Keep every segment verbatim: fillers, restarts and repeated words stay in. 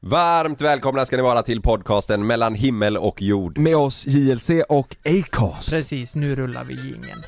Varmt välkomna ska ni vara till podcasten Mellan himmel och jord. Med oss J L C och Acast. Precis, nu rullar vi jingeln.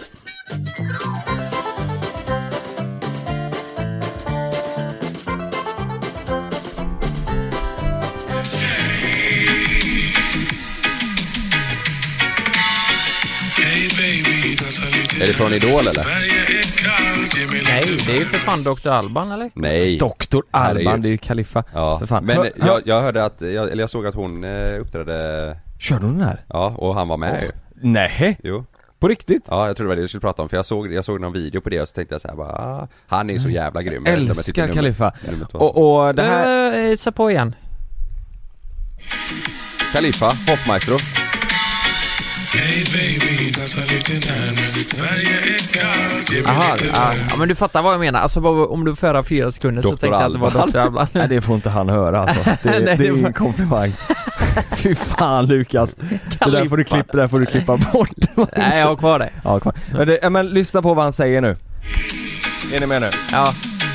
Är det från Idol eller? Nej, det är ju för fan doktor Alban, eller? Nej. doktor Alban, det är ju Khalifa. Ja, för fan. men hör, jag, jag hörde att, jag, eller jag såg att hon eh, uppträdde. Körde hon den här? Ja, och han var med oh. ju. Nej. Jo. På riktigt? Ja, jag tror det var det jag skulle prata om. För jag såg, jag såg någon video på det och så tänkte jag så här, bara, ah, han är så jävla grym. Jag älskar Khalifa. Och, och det här... Äh, så på igen. Khalifa, Hoffmaestro. Hey baby, dansa lite närmare. Sverige är kallt. Aha, ja, ja, men du fattar vad jag menar. Alltså om du förra fyra sekunder doktor så tänkte jag att det var doktor Alban. Nej, det får inte han höra alltså. Det, Nej, det är det ingen var... komplimang. Fy fan Lukas. Det där får du klippa, där får du klippa bort. Nej, jag har kvar det. Ja, kvar. Men, det, men lyssna på vad han säger nu. Är ni med nu? Ja.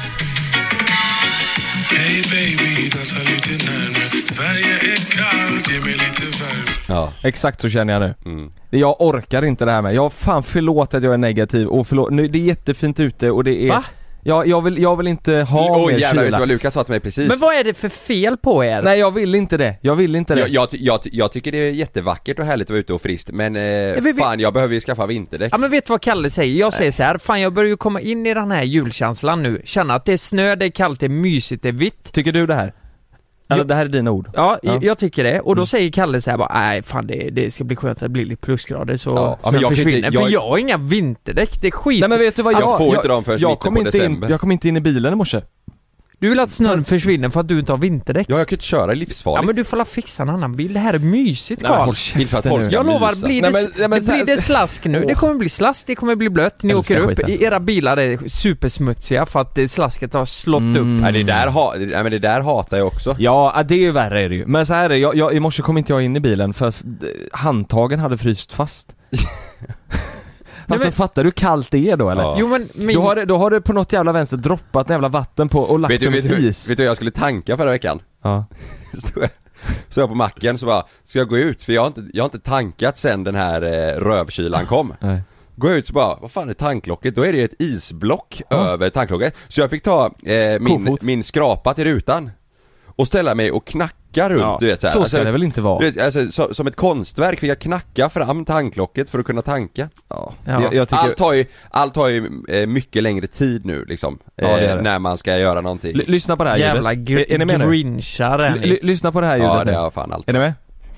Hey baby, dansa lite närmare. Sverige är kallt, ge mig lite värme. Ja. Exakt så känner jag nu. Mm. Jag orkar inte det här med. Jag fan förlåt att jag är negativ och förlåt. Nu, det är jättefint ute och det är... Va? Ja, jag vill, jag vill inte ha Oj, mer jävlar, kyla. vet du vad Lukas sa till mig precis? Men vad är det för fel på er? Nej, jag vill inte det. Jag vill inte det. Jag, jag, jag, jag tycker det är jättevackert och härligt att vara ute och friskt. Men eh, vi, vi... fan, jag behöver ju skaffa vinterdäck. Ja, men vet du vad Kalle säger? Jag säger så här, fan jag börjar ju komma in i den här julkänslan nu. Känna att det är snö, det är kallt, det är mysigt, det är vitt. Tycker du det här? Eller jag... det här är dina ord? Ja, ja. jag tycker det. Och då mm. säger säger Kalle så här bara, nej fan det, det ska bli skönt att det blir lite plusgrader så, ja. så men jag försvinner. inte, jag... För jag har inga vinterdäck, det är skit. Nej men vet du vad jag... Jag får jag, inte dem förrän jag mitten kom på inte december. In, jag kom inte in i bilen i morse. Du vill att snön försvinner för att du inte har vinterdäck? Ja, jag kan inte köra, livsfarligt. Ja men du får la fixa en annan bil, det här är mysigt Carl. Jag lovar, blir det, nej, men, nej, men, blir det slask nu, åh. det kommer bli slask, det kommer bli blött. Ni Älskar åker upp, skiten. era bilar är supersmutsiga för att det slasket har slått Mm. upp. Nej, det där, ha, nej, men det där hatar jag också. Ja, det är ju värre är det ju. Men så här är det, jag, jag, i morse kom inte jag in i bilen för att handtagen hade fryst fast. Alltså men... fattar du hur kallt det är då eller? Ja. Jo, men, men... Då, har det, då har det på något jävla vänster droppat jävla vatten på och lagt vet du, som vet, ett du, is. vet du vad jag skulle tanka förra veckan? Ja. Så jag, så jag på macken så bara, ska jag gå ut? För jag har inte, jag har inte tankat sen den här eh, rövkylan kom. Nej. Gå ut så bara, vad fan är tanklocket? Då är det ett isblock ja. över tanklocket. Så jag fick ta eh, min, min skrapa till rutan och ställa mig och knacka runt, ja, du vet så här. Så ska alltså, det väl inte vara. Du vet, alltså, så, som ett konstverk fick jag knacka fram tanklocket för att kunna tanka. Ja. Ja. Jag, jag tycker... Allt har ju, allt har ju eh, mycket längre tid nu liksom, eh, ja, det är det. när man ska göra någonting. L- lyssna på det här jävla ljudet. Är, är ni med nu? Grinchar är ni. L- lyssna på det här ljudet. Ja, det nu. har fan allt. Är ni med?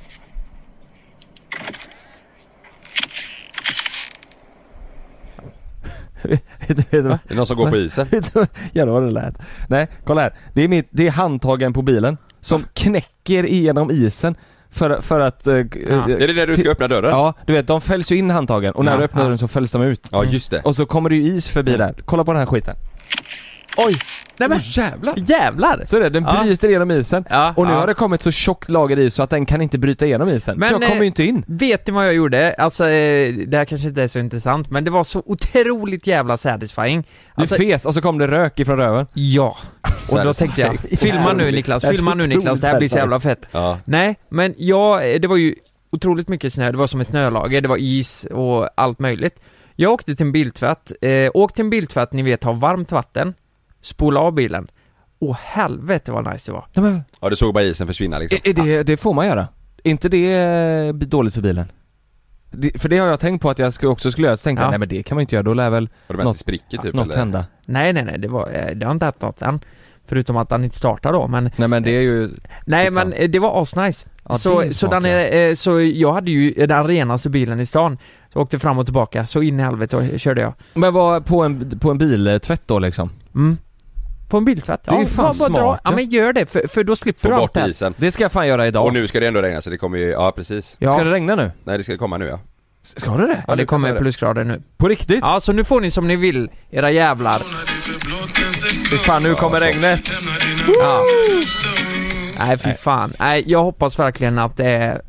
vet, vet, Va? Är det någon som går på isen? Jävlar vad det lät. Nej, kolla här. Det är, mitt, det är handtagen på bilen som knäcker igenom isen för, för att... Uh, ja. Är det där du ska öppna dörren? Ja, du vet, de fälls ju in handtagen och när ja, du öppnar ja. dörren så fälls de ut. Ja, just det. Och så kommer det ju is förbi där. Kolla på den här skiten. Oj! Nej men, oh, jävlar! Jävlar! Så är det, den ja. bryter igenom isen. Ja, och nu ja. har det kommit så tjockt lager is så att den kan inte bryta igenom isen. Men, så jag kommer ju inte in. Vet ni vad jag gjorde? Alltså, eh, det här kanske inte är så intressant, men det var så otroligt jävla satisfying. Alltså, du fes och så kom det rök ifrån röven. Ja. Och då tänkte jag, filma nu Niklas, filma nu Niklas, det här blir så jävla fett. Ja. Nej, men jag, det var ju otroligt mycket snö, det var som ett snölager, det var is och allt möjligt. Jag åkte till en biltvätt, eh, åkte till en biltvätt, ni vet, ha varmt vatten, spola av bilen. Åh helvete vad nice det var. Ja, men... ja, du såg bara isen försvinna liksom. Är, är det, det får man göra. Är inte det dåligt för bilen? Det, för det har jag tänkt på att jag ska, också skulle göra. Så tänkte ja. jag, nej men det kan man inte göra. Då lär väl något, något, spricker, typ, något eller? hända. Nej, nej, nej, det, var, det har inte hänt något än. Förutom att han inte startar då, men... Nej men det är ju... Nej men det var asnice. Ja, så, så, den är, så jag hade ju den renaste bilen i stan. Så åkte fram och tillbaka, så in i helvete och körde jag. Men var på en, på en biltvätt då liksom? Mm. På en biltvätt? Det är ju ja, fan bara, smart. Bara dra. Ja men gör det, för, för då slipper få du bort allt det här. isen. Det ska jag fan göra idag. Och nu ska det ändå regna så det kommer ju, ja precis. Ja. Ska det regna nu? Nej, det ska komma nu ja. Ska det det? Ja, det kommer plusgrader nu. På riktigt? Ja, så nu får ni som ni vill, era jävlar. Fy fan, nu kommer ja, regnet. Ja. Nej, fy fan. Nej, jag hoppas verkligen att det är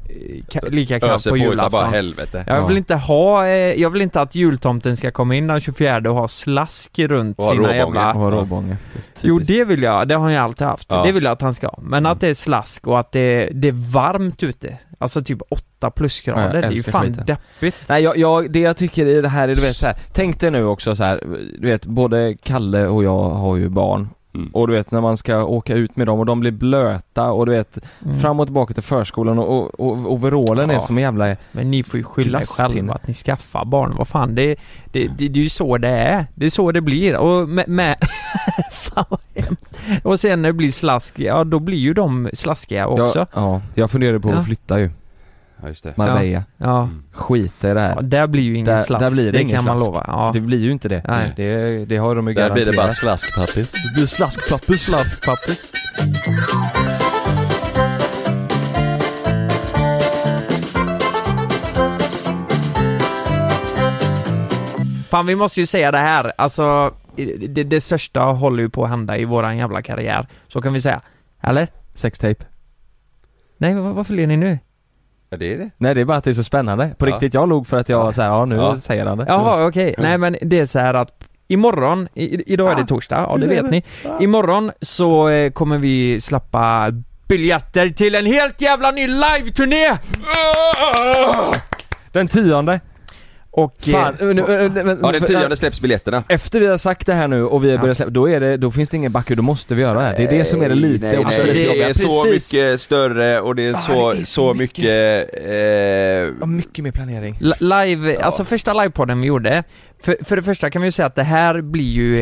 ka- lika kallt Öser på på utav julafton. bara helvete. Jag vill inte ha, eh, jag vill inte att jultomten ska komma in den tjugofjärde och ha slask runt Och ha sina råbånge. jävla... Och råbånge. Jo, det vill jag, det har jag alltid haft. Ja. Det vill jag att han ska ha. Men att det är slask och att det, det är varmt ute. Alltså typ åtta plusgrader, Ja, jag det är ju älskar fan skiten. deppigt. Nej, jag, jag, det jag tycker i det här är, du vet så här, tänk dig nu också så här, du vet, både Kalle och jag har ju barn. Mm. Och du vet, när man ska åka ut med dem och de blir blöta och du vet, Mm. fram och tillbaka till förskolan och, och, och overallen Ja. är som en jävla... Men ni får ju skylla er Glasspinne. själva att ni skaffar barn. Vad fan, det, det, det, det är ju så det är. Det är så det blir. Och med... med fan vad hemskt. Och sen när det blir slask, ja då blir ju de slaskiga också. Ja, ja, jag funderar på Ja. att flytta ju. Ja, just det. Marbella. Ja. Mm. Skita i det här. Ja, där blir ju ingen Där- slask. där blir det ingen kan man slask. lova. Ja. Det blir ju inte det. Nej. Det, det har de ju Där garanterat. blir det bara slaskpappis. Det blir slaskpappis. Slaskpappis. Fan, vi måste ju säga det här. Alltså, det, det största håller ju på att hända i våran jävla karriär. Så kan vi säga. Eller? Sextape. Nej, var, varför ler ni nu? Ja, det är det. Nej, det är bara att det är så spännande. På Ja. riktigt, jag log för att jag Ja. så här, ja nu Ja. säger han det. Jaha, okej. Ja. Nej, men det är så här att imorgon, i, idag är det torsdag, ja det Hur är vet det? ni. Imorgon så eh, kommer vi släppa biljetter till en helt jävla ny live-turné! Den tionde. Och... Fan, eh, nu, nu, men- Ja, den för- tionde släpps biljetterna. Efter vi har sagt det här nu och vi har Ja. börjat släppa, då är det, då finns det ingen backe, då måste vi göra det här. Det är det som är det lite Nej, också nej, lite det jobbiga. är så Precis. mycket större och det är Ah, så, det är så så mycket, eh, Ja, mycket mer planering. Li- Live, alltså första livepodden vi gjorde, för, för det första kan vi ju säga att det här blir ju,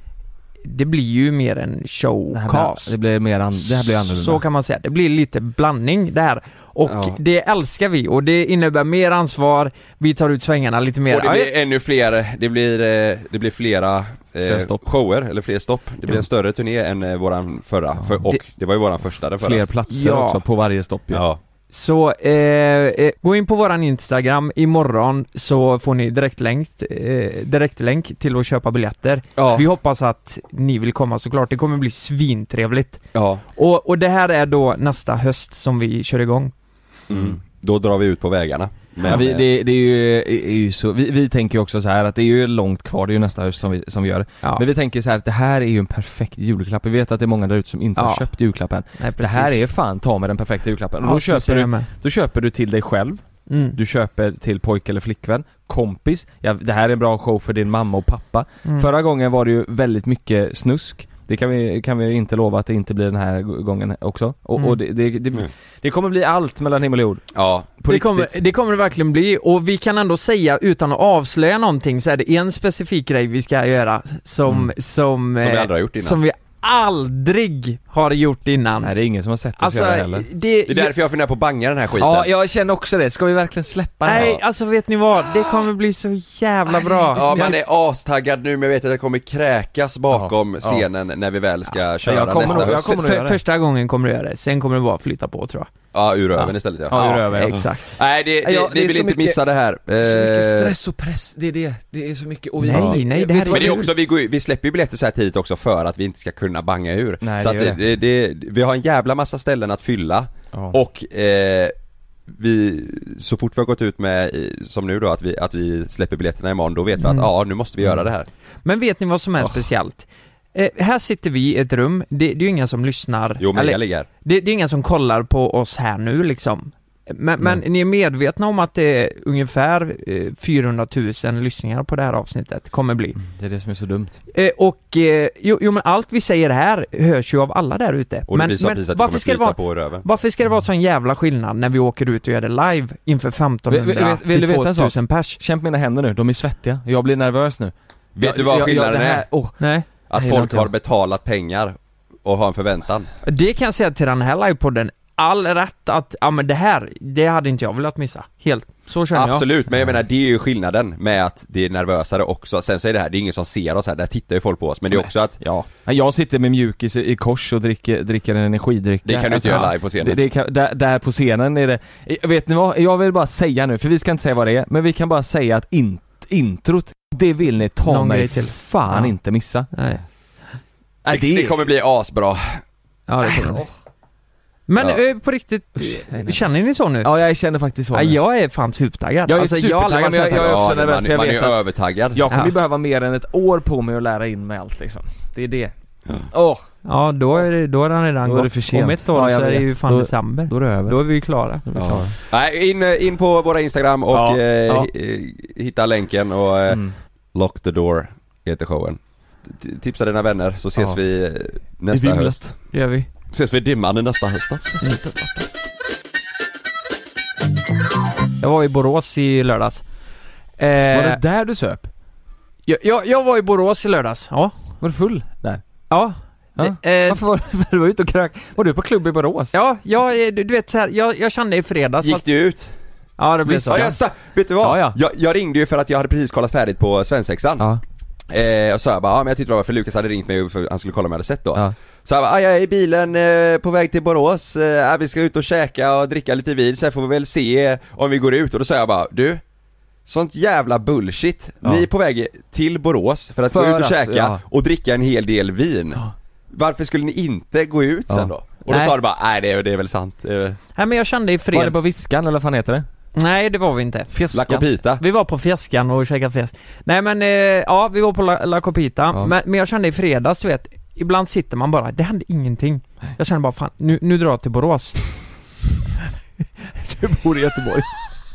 det blir ju mer en Det här showcast. blir, det blir mer an, det här blir annorlunda. Så kan man säga, det blir lite blandning där. Och Ja. det älskar vi, och det innebär mer ansvar, vi tar ut svängarna lite mer. och det blir ännu fler, det blir, eh, det blir flera Fler eh, stopp. shower, eller fler stopp. Det blir en större turné än eh, våran förra, för, och det, Det- var ju våran första den förra. Fler platser Ja. också på varje stopp ju. Ja. Så eh, eh, gå in på våran Instagram imorgon så får ni direktlänk, eh, direktlänk till att köpa biljetter. Ja. Vi hoppas att ni vill komma såklart, det kommer bli svintrevligt. Ja. Och, och det här är då nästa höst som vi kör igång. Mm. Då drar vi ut på vägarna. Men, Ja, vi, eh, det, det är ju, är, är ju så, vi, vi tänker ju också så här att det är ju långt kvar, det är ju nästa höst som vi, som vi gör det. Ja. Men vi tänker så här att det här är ju en perfekt julklapp. Vi vet att det är många där ute som inte Ja. har köpt julklappen. Nej, Det här är fan, ta med den perfekta julklappen. Och ja, då, ska vi köper säga du, med. då köper du till dig själv, Mm. du köper till pojk eller flickvän, kompis. Ja, det här är en bra show för din mamma och pappa. Mm. Förra gången var det ju väldigt mycket snusk. Det kan vi, kan vi inte lova att det inte blir den här gången också. Och, Mm. och det, det, det, Mm. det kommer bli allt mellan himmel och jord. Ja. På det, riktigt. kommer, det kommer det verkligen bli, och vi kan ändå säga utan att avslöja någonting så är det en specifik grej vi ska göra som, Mm. som, Som vi eh, aldrig har gjort innan. som vi aldrig har gjort innan. Nej, det är ingen som har sett oss Alltså, göra heller. det, Det är därför jag funderar på att banga den här skiten. Ja, jag känner också det. Ska vi verkligen släppa den? Nej, alltså vet ni vad? Det kommer bli så jävla bra. Ja, man är astaggad nu, men jag vet att jag kommer kräkas bakom Ja, ja. scenen när vi väl ska köra jag kommer nästa nog- jag höst. kommer nog För, göra det. första gången kommer du göra det, sen kommer det bara flytta på tror jag. Ja, ur röven Ja. istället ja. Ja, ur röven, ja. Exakt. Nej, det, det, Ja, det ni är vill så inte mycket- missa det här. Så mycket Eh, stress och press, det är det. Det är så mycket. Och vi, Nej, ja. nej, det Vet här du är vad Men det är också, vi, går, ju- vi släpper ju biljetter så här tidigt också för att vi inte ska kunna banga ur. Nej, så det att gör det, det, det, vi har en jävla massa ställen att fylla. Ja. Och eh, vi, så fort vi har gått ut med, i- som nu då, att vi, att vi släpper biljetterna imorgon, då vet vi att Mm. ja, nu måste vi göra det här. Men vet ni vad som är Oh. speciellt? Eh, här sitter vi i ett rum, det, det är ju ingen som lyssnar. Jo, men eller, jag ligger. det, det är ingen som kollar på oss här nu liksom. Men, men ni är medvetna om att det är ungefär eh, fyrahundratusen lyssningar på det här avsnittet kommer bli. Det är det som är så dumt. Eh, och eh, jo, jo men allt vi säger här hörs ju av alla där ute. Och det men visar men precis att det varför kommer ska det flyta vara på röven. varför ska det vara sån jävla skillnad när vi åker ut och gör det live inför Vill- femtonhundra vill- vill du till veta en sak? tvåtusen pers? Kämpa mina händer nu, de är svettiga. Jag blir nervös nu. Vet Jag- du vad jag- jag- skillnaden det här- är? åh, Nej. Att Nej, det folk inte har jag. betalat pengar och har en förväntan. Det kan jag säga till den här livepodden. All rätt att, ja men det här, det hade inte jag velat missa. Helt. Så känner jag. Absolut, men jag menar det är ju skillnaden med att det är nervösare också. Sen så är det här, det är ingen som ser oss här, där tittar ju folk på oss. Men det är också att ja. Jag sitter med mjukis i, i kors och dricker, dricker en energidryck. det kan du inte Alltså, göra live på scenen. Det, det kan, där, där på scenen är det, vet ni vad, jag vill bara säga nu, för vi ska inte säga vad det är, men vi kan bara säga att in, introt, det vill ni ta Någon mig grej till. fan Ja. inte missa. Nej. Nej, det, det kommer bli asbra. Ja, det kommer det. Men Ja. eh, på riktigt, känner ni så nu? Ja, jag känner faktiskt så. Ja, jag är fan supertaggad. Jag är Alltså, supertaggad, har aldrig men jag- varit så jag- här- också nervös, man, för jag man är vet ju att- övertaggad. Jag kommer Ja. ju behöva mer än ett år på mig att lära in mig allt liksom. Det är det. Åh, Ja, då är det, då är den redan Då är det gått. för sent. Om ett år Ja, så jag är det vet. ju fan Då- december. då är det över. Då är vi ju klara. Då är vi Ja. klara. Nej, in, in på våra Instagram och Ja, eh, ja. hi- hitta länken och eh, Mm. Lock the door heter showen. T- Tipsa dina vänner så ses Ja. vi eh, nästa I vimlet. höst. Det gör vi. Ses vi i dimman nästa höst. Jag var i Borås i lördags. Eh, Var det där du söp? jag, jag, jag var i Borås i lördags, ja. Var du full där? Ja. Ja. Eh, Varför var du, du var ute och krök? Var du på klubb i Borås? ja, jag, eh, du, du vet så här, jag, jag kände i fredags Gick att... du ut? Ja, det blev Visst, så. Ja, jag sa, vet du vad? Ja, ja. Jag, jag ringde ju för att jag hade precis kollat färdigt på svensexan. Ja. Eh, och så jag bara, ja, men jag tyckte det var för Lukas hade ringt mig för han skulle kolla om jag hade sett då. Ja. Så jag bara, ah, jag är i bilen eh, på väg till Borås, eh, vi ska ut och käka och dricka lite vin, så får vi väl se eh, om vi går ut. Och då sa jag bara, du, sånt jävla bullshit. Ja. Ni är på väg till Borås för att För gå ut och att- käka ja. och dricka en hel del vin. Ja. Varför skulle ni inte gå ut Ja. sen då? Och då Nej. sa du bara, nej det är, det är väl sant. Eh, Nej, men jag kände i Var det fredags... på Viskan eller vad fan heter det? Nej, det var vi inte. La Fjäskan. Copita. Vi var på Fjäskan och käkade fjäsk. Nej men, eh, ja vi var på La, La Copita, Ja. men, men jag kände i fredags, du vet, ibland sitter man bara, det hände ingenting. Nej. Jag kände bara, fan, nu, nu drar jag till Borås. Du bor i Göteborg.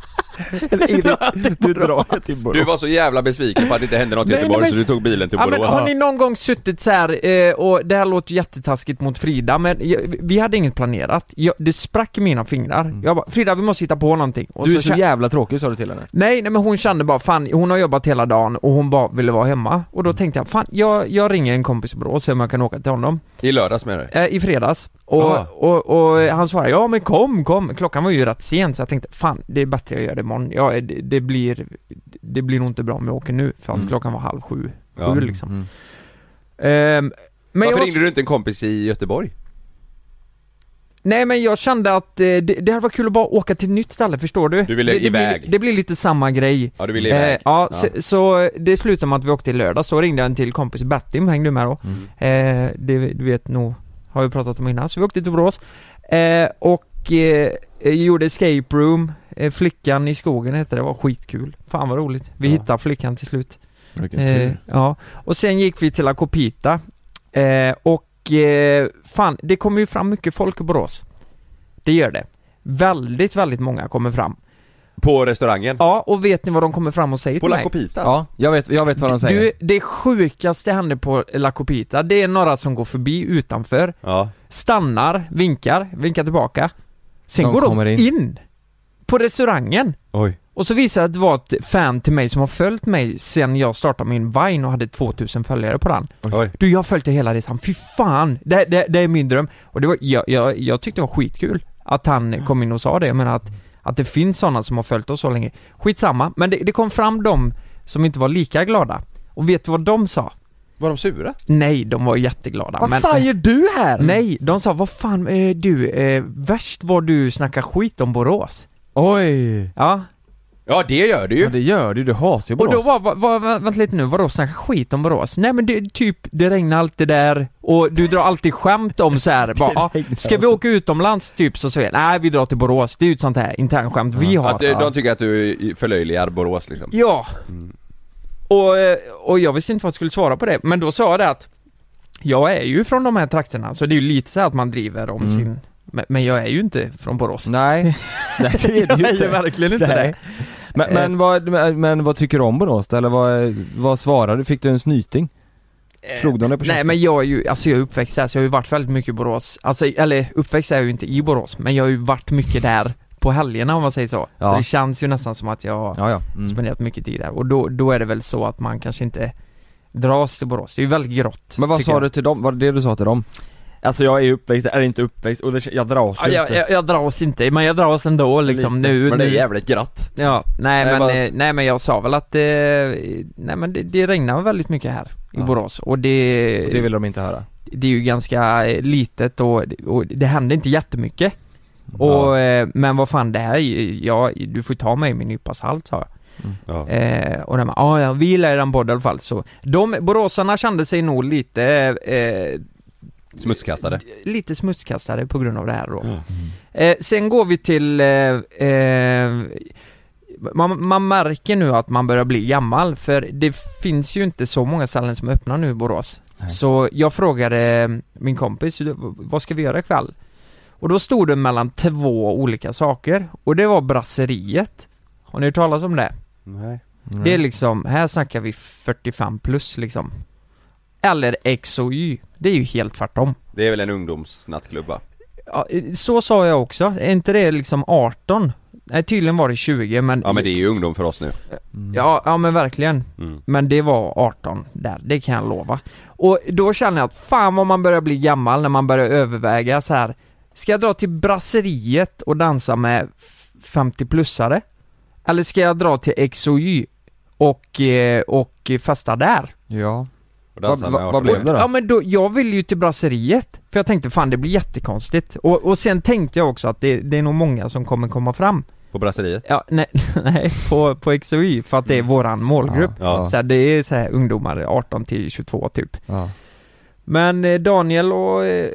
Du drar till Borås. Du var så jävla besviken på att det inte hände något i Nej, Göteborg nej, så men- du tog bilen till Ja, men Borås. har ni någon gång suttit så här eh, och det här låter jättetaskigt mot Frida, men jag, vi hade inget planerat. Jag, det sprack i mina fingrar. Jag bara, Frida vi måste hitta på någonting. Och Du är så kä- jävla tråkig, sa du till henne. Nej, nej men hon kände bara, fan, hon har jobbat hela dagen och hon bara ville vara hemma. Och då tänkte jag, fan, jag, jag ringer en kompis i Borås och ser om jag kan åka till honom. I lördags med dig? Eh, I fredags. Och, Ah. och, och han svarade, ja men kom, kom. Klockan var ju rätt sent så jag tänkte, fan, det är bättre jag gör det imorgon. Ja, det, det blir, det blir nog inte bra om jag åker nu. För att Mm. klockan var halv sju. Ja. Sju liksom. Mm. Ehm, men Varför jag, ringde du inte en kompis i Göteborg? Nej men jag kände att eh, det, det här var kul att bara åka till ett nytt ställe, förstår du? Du ville det, det iväg. Blir, det blir lite samma grej. Ja, du ville iväg. Eh, ja, Ja. Så, så det slutade med att vi åkte i lördag. Så ringde jag en till kompis, Bettim, hängde du med då? Mm. Eh, det du vet nog, har vi pratat om innan. Så vi åkte till Borås eh, och eh, gjorde escape room. eh, Flickan i skogen hette det, var skitkul. Fan vad roligt. Vi Ja. hittade flickan till slut. Vilken Eh, tur. ja, och sen gick vi till La Copita eh, och eh, fan, det kommer ju fram mycket folk i Borås. Det gör det. Väldigt, väldigt många kommer fram. På restaurangen? Ja, och vet ni vad de kommer fram och säger På till La mig? Copita? Ja, jag vet, jag vet vad de säger. Du, det sjukaste händer på La Copita, det är några som går förbi utanför, Ja. stannar, vinkar, vinkar tillbaka. Sen De går kommer de in. in. på restaurangen. Oj. Och så visar det att det var ett fan till mig som har följt mig sen jag startade min Vine och hade tvåtusen följare på den. Oj. Du, jag har följt det hela resan. Fy fan, det, det, det är min dröm. Och det var, jag, jag, jag tyckte det var skitkul att han kom in och sa det. Men att, att det finns sådana som har följt oss så länge. Skitsamma, men det, det kom fram de som inte var lika glada. Och vet du vad de sa? Var de sura? Nej, de var jätteglada. Vad men, fan gör du här? Nej, de sa, vad fan, eh, du, eh, värst var du snackar skit om Borås. Oj. Ja, Ja, det gör du ju. Ja, det gör du, du hatar ju och Borås. då var, var, var vä- vänta lite nu, vadå snacka skit om Borås? Nej men det, typ, det regnar alltid där och du drar alltid skämt om så här, bara, ah, ska vi åka utomlands typ så säger nej vi drar till Borås, det är ju ett sånt här internskämt vi har. Att eh, de tycker att du förlöjligar Borås liksom. Ja. Och, eh, och jag visste inte vad jag skulle svara på det, men då sa jag det att jag är ju från de här trakterna, så det är ju lite så här att man driver om Mm. sin, men, men jag är ju inte från Borås. Nej, Nej det är Jag det ju är inte. ju verkligen inte Nej. det. Men, men, vad, men, men vad tycker du om Borås? Eller vad, vad svarade du? Fick du en snyting? Slog de dig på Nej käften? men jag är ju, alltså jag är uppväxt där så jag har ju varit väldigt mycket i Borås. Alltså, eller uppväxt är jag ju inte i Borås, men jag har ju varit mycket där på helgerna om man säger så. Ja. Så det känns ju nästan som att jag har Ja, ja. Mm. spenderat mycket tid där. Och då, då är det väl så att man kanske inte dras till Borås. Det är ju väldigt grått. Men vad tycker sa jag. du till dem? Var det det du sa till dem? Alltså jag är uppväxt, är inte uppväxt och det, jag dras Ja, ju jag, inte. jag, jag dras inte, men jag dras ändå liksom Lite. nu. Men det är nu. jävligt glatt. Ja, nej Nej, men, vad- eh, nej men jag sa väl att eh, nej men det, det regnar väldigt mycket här i Ja. Borås. Och det, Och det vill de inte höra. det är ju ganska eh, litet och, och det händer inte jättemycket. Ja. Och, eh, men vad fan det här är ju- ja, du får ta mig i min nypa salt, sa jag. Ja. Eh, och de ja, jag vill i den podden i alla fall. Så de, boråsarna kände sig nog lite eh, Smutskastade. Lite smutskastade på grund av det här då. Mm. Eh, sen går vi till... Eh, eh, man, man märker nu att man börjar bli gammal, för det finns ju inte så många ställen som öppnar nu i Borås. Nej. Så jag frågade min kompis, vad ska vi göra ikväll? Och då stod det mellan två olika saker. Och det var brasseriet. Har ni hört talas om det? Nej. Mm. Det är liksom, här snackar vi fyrtiofem plus liksom. Eller X och Y. Det är ju helt tvärtom. Det är väl en ungdomsnattklubb, va? Ja, så sa jag också. Är inte det liksom arton? Nej, tydligen var det tjugo, men... Ja, men det är ju ungdom för oss nu. Mm. Ja, ja, men verkligen. Mm. Men det var arton där, det kan jag lova. Och då känner jag att fan vad man börjar bli gammal när man börjar överväga så här. Ska jag dra till brasseriet och dansa med femtio-plussare? Eller ska jag dra till X och Y och, och festa där? Ja. Vad va, va blev det då? Ja, men då, jag vill ju till brasseriet. För jag tänkte, fan det blir jättekonstigt. Och, och sen tänkte jag också att det, det är nog många som kommer komma fram. På brasseriet? Ja, nej, nej på, på X och Y. För att det är våran målgrupp. Ja, ja. Så här, det är så här ungdomar arton till tjugotvå typ. Ja. Men eh, Daniel och... Eh,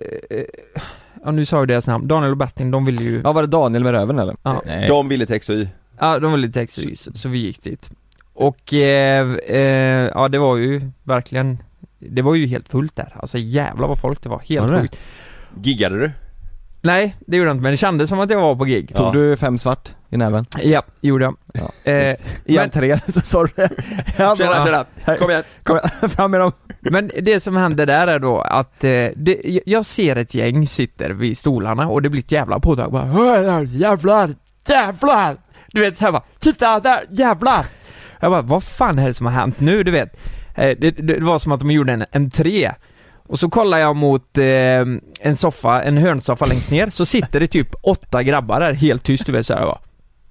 ja, nu sa jag deras namn. Daniel och Bertin, de ville ju... Ja, var det Daniel med röven eller? Ja. Nej. De ville till X och Y. Ja, de ville till X och Y, så, så vi gick dit. Och eh, eh, ja, det var ju verkligen... Det var ju helt fullt där. Alltså jävlar vad folk det var. Helt var sjukt. Giggade du? Nej, det gjorde jag inte, men det kändes som att jag var på gig. Tog ja. du fem svart i näven? Ja, gjorde jag. Ja, eh, I entrén så sa du ja, tjena, tjena. Kom igen. Kom igen. Fram med dem. Men det som hände där är då att eh, det, jag ser ett gäng sitter vid stolarna och det blir ett jävla påtag. Bara, jävlar, jävlar. Du vet så här bara, titta där, jävlar. Jag bara, vad fan är det som har hänt nu, du vet? Eh, det, det var som att de gjorde en entré. Och så kollar jag mot eh, en soffa, en hörnsoffa längst ner. Så sitter det typ åtta grabbar där helt tyst, du vet så här bara.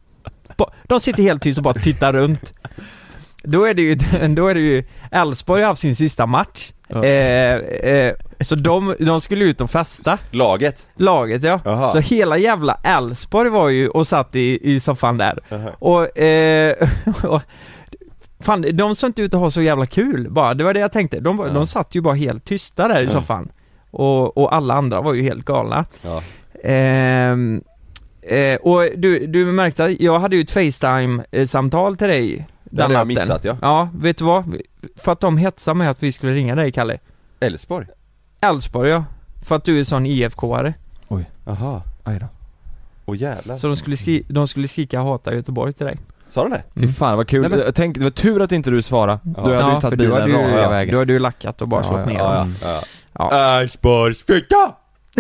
De sitter helt tyst och bara tittar runt. Då är det ju då är det ju Elfsborg har haft sin sista match. Ja. Eh, eh, så de, de skulle ut och festa. Laget? Laget, ja. Aha. Så hela jävla Elfsborg var ju och satt i, i soffan där. Aha. Och, eh, och fan, de såg inte ut att ha så jävla kul. Bara, det var det jag tänkte. De, ja. de satt ju bara helt tysta där i ja. soffan. Och, och alla andra var ju helt galna. Ja. Eh, eh, och du, du märkte, jag hade ju ett FaceTime-samtal till dig. Det hade jag missat, ja. Ja, vet du vad? För att de hetsade med att vi skulle ringa dig, Kalle. Elfsborg? Elfsborg, ja. För att du är sån I F K-are. Oj. Aha. Aj då. Åh jävlar. Så de skulle, skri- de skulle skrika hata Göteborg till dig. Sa de det? Mm. Fy fan, vad kul. Nej, men... Tänk, det var tur att inte du svarade. Ja. Du hade ja, ju tagit bilen raka ju, ja. vägen. Du hade ju lackat och bara ja, slått ja, ner ja, dem. ja, ja. Elfsborgs ja. ficka!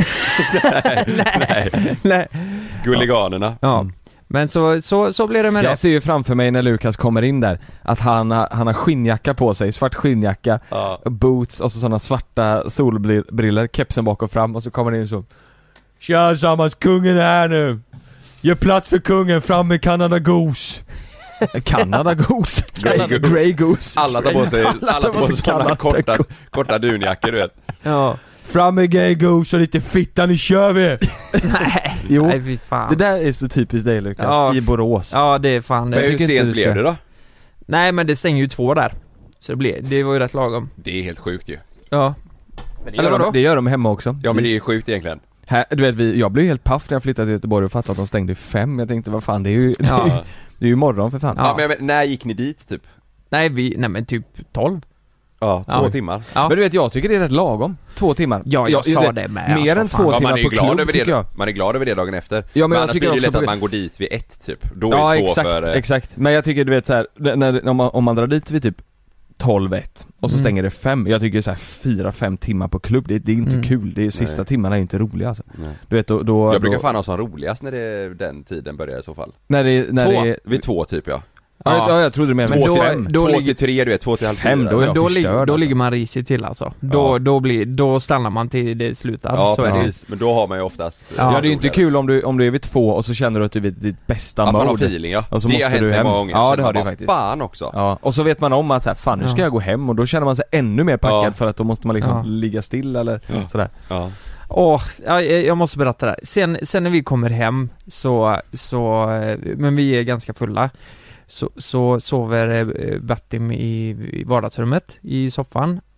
nej, nej. nej. Gulliganerna. Ja. Mm. Men så, så, så blir det med jag det. Jag ser ju framför mig när Lukas kommer in där att han har, han har skinnjacka på sig, svart skinnjacka, ja. boots och så sådana svarta solbriller, kepsen bak och fram och så kommer han in så: tja tillsammans, kungen är här nu. Gör plats för kungen, fram med Canada Goose. Canada Goose. Grey Goose. Grey Goose. Alla tar på sig, alla tar på sig sådana korta, korta dunjackor, du vet. Ja. Fram med Gay Goose och lite fitta, nu kör vi! Nej, jo, nej, fy fan. Det där är så typiskt dig, Lukas, ja, i Borås. Ja, det är fan det. Men hur sent blev det då? Nej, men det stänger ju två där. Så det, blev, det var ju rätt lagom. Det är helt sjukt ju. Ja. Men det, Eller gör de, det gör de hemma också. Ja, men det är sjukt egentligen. Här, du vet, vi, jag blev helt paff när jag flyttade till Göteborg och fattade att de stängde fem. Jag tänkte, vad fan, det är ju, ja. det, är, det är ju morgon för fan. Ja, ja men när gick ni dit typ? Nej, vi, nej men typ tolv. Ja, två ja. timmar. Ja. Men du vet, jag tycker det är rätt lagom. Två timmar. Ja, jag, jag sa det med. Mer än två ja, timmar på klubb, över tycker det, jag. Man är glad över det dagen efter. Ja, men, men jag annars tycker blir det också lätt att man går dit vid ett typ. Då ja, är två exakt, för... exakt. Men jag tycker, du vet så här, när, om, man, om man drar dit vid typ tolv ett och så mm. stänger det fem. Jag tycker så här fyra fem timmar på klubb, det, det är inte mm. kul. Det är sista Nej. timmarna är inte roliga alltså. Du vet, då, då, jag brukar då, fan ha som roligast när det, den tiden börjar i så fall. När det, när två, det, vid två typ ja. Ja, ja, jag, jag trodde det mer. Men två då, fem. Då, två till tre, du vet, två till halv fem, fyra. då, men då, förstörd, lig, då alltså. ligger man risigt till alltså. Då, ja. då, blir, då stannar man till det slutar. Ja, så precis. är det. Men då har man ju oftast... Ja, ja det är ju inte kul om du, om du är vid två och så känner du att du är vid ditt bästa ja, mode. man har feeling, ja. Och så det måste har hänt du hem. många gånger. Ja, det har det faktiskt. Fan också. Ja, och så vet man om att så här, fan nu ska ja. jag gå hem och då känner man sig ännu mer packad ja. för att då måste man liksom ja. ligga still eller ja. sådär. Ja. Åh, jag, jag måste berätta det. Sen, sen när vi kommer hem så, så, men vi är ganska fulla. Så, så sover eh, Bertim i, i vardagsrummet i soffan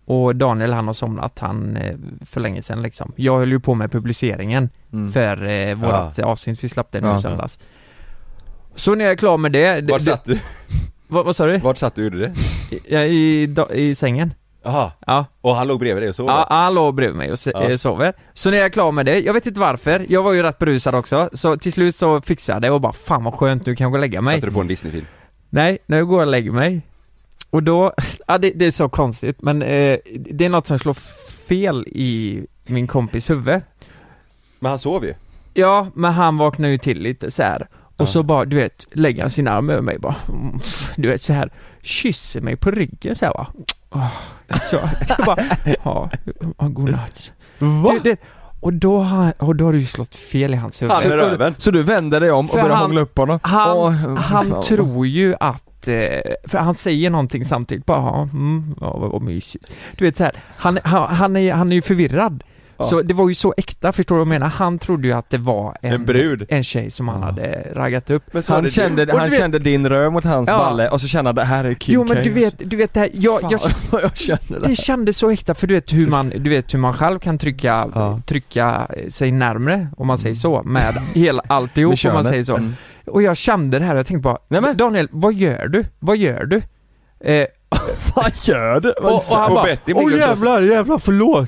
Och Daniel han har somnat han eh, för länge sedan liksom. Jag höll ju på med publiceringen mm. för eh, vårat ja. avsnitt vi släppte nu i ja, söndags. Så när jag är klar med det... Vart det, satt du? Vad, vad sa du? Vart satt du gjorde det? I, i, i sängen. Jaha. Ja. Och han låg bredvid dig och sov? Ja, han låg bredvid mig och so- ja. sover. Så när jag är klar med det, jag vet inte varför, jag var ju rätt berusad också. Så till slut så fixade jag det och bara, fan vad skönt, nu kan jag gå och lägga mig. Satte du på en Disney-film? Nej, när jag går och lägger mig. Och då, ja det, det är så konstigt, men eh, det är något som slår fel i min kompis huvud. Men han sov ju. Ja, men han vaknar ju till lite så här. Och ja. så bara, du vet, lägger han sin arm över mig bara, du vet så här, kysser mig på ryggen så här va. Oh, så, så bara, ja, godnatt. Va? Det, det, och, då har, och då har du ju slått fel i hans huvud. Han är röven. Så du vänder dig om och börjar hångla upp honom? Han, oh, han oh. tror ju att, för han säger någonting samtidigt, bara, ja, mm, ja vad, vad mysigt. Du vet så här, han, han, han, är, han är ju förvirrad. Ja. Så det var ju så äkta, förstår du vad jag menar? Han trodde ju att det var en, en brud, en tjej som han ja. hade raggat upp. Men han kände, han kände din röv mot hans ja. balle och så kände han, det här är Kim. Jo men du vet, du vet det här, jag, jag, jag kände det. Det kändes så äkta, för du vet hur man, du vet hur man själv kan trycka, ja. trycka sig närmre, om man säger så, med hela alltihop, om man säger så. Mm. Och jag kände det här och jag tänkte bara, nej men Daniel, vad gör du? Vad gör du? Eh, vad gör du? Och, och han och bara, åh oh, jävlar, jävlar, förlåt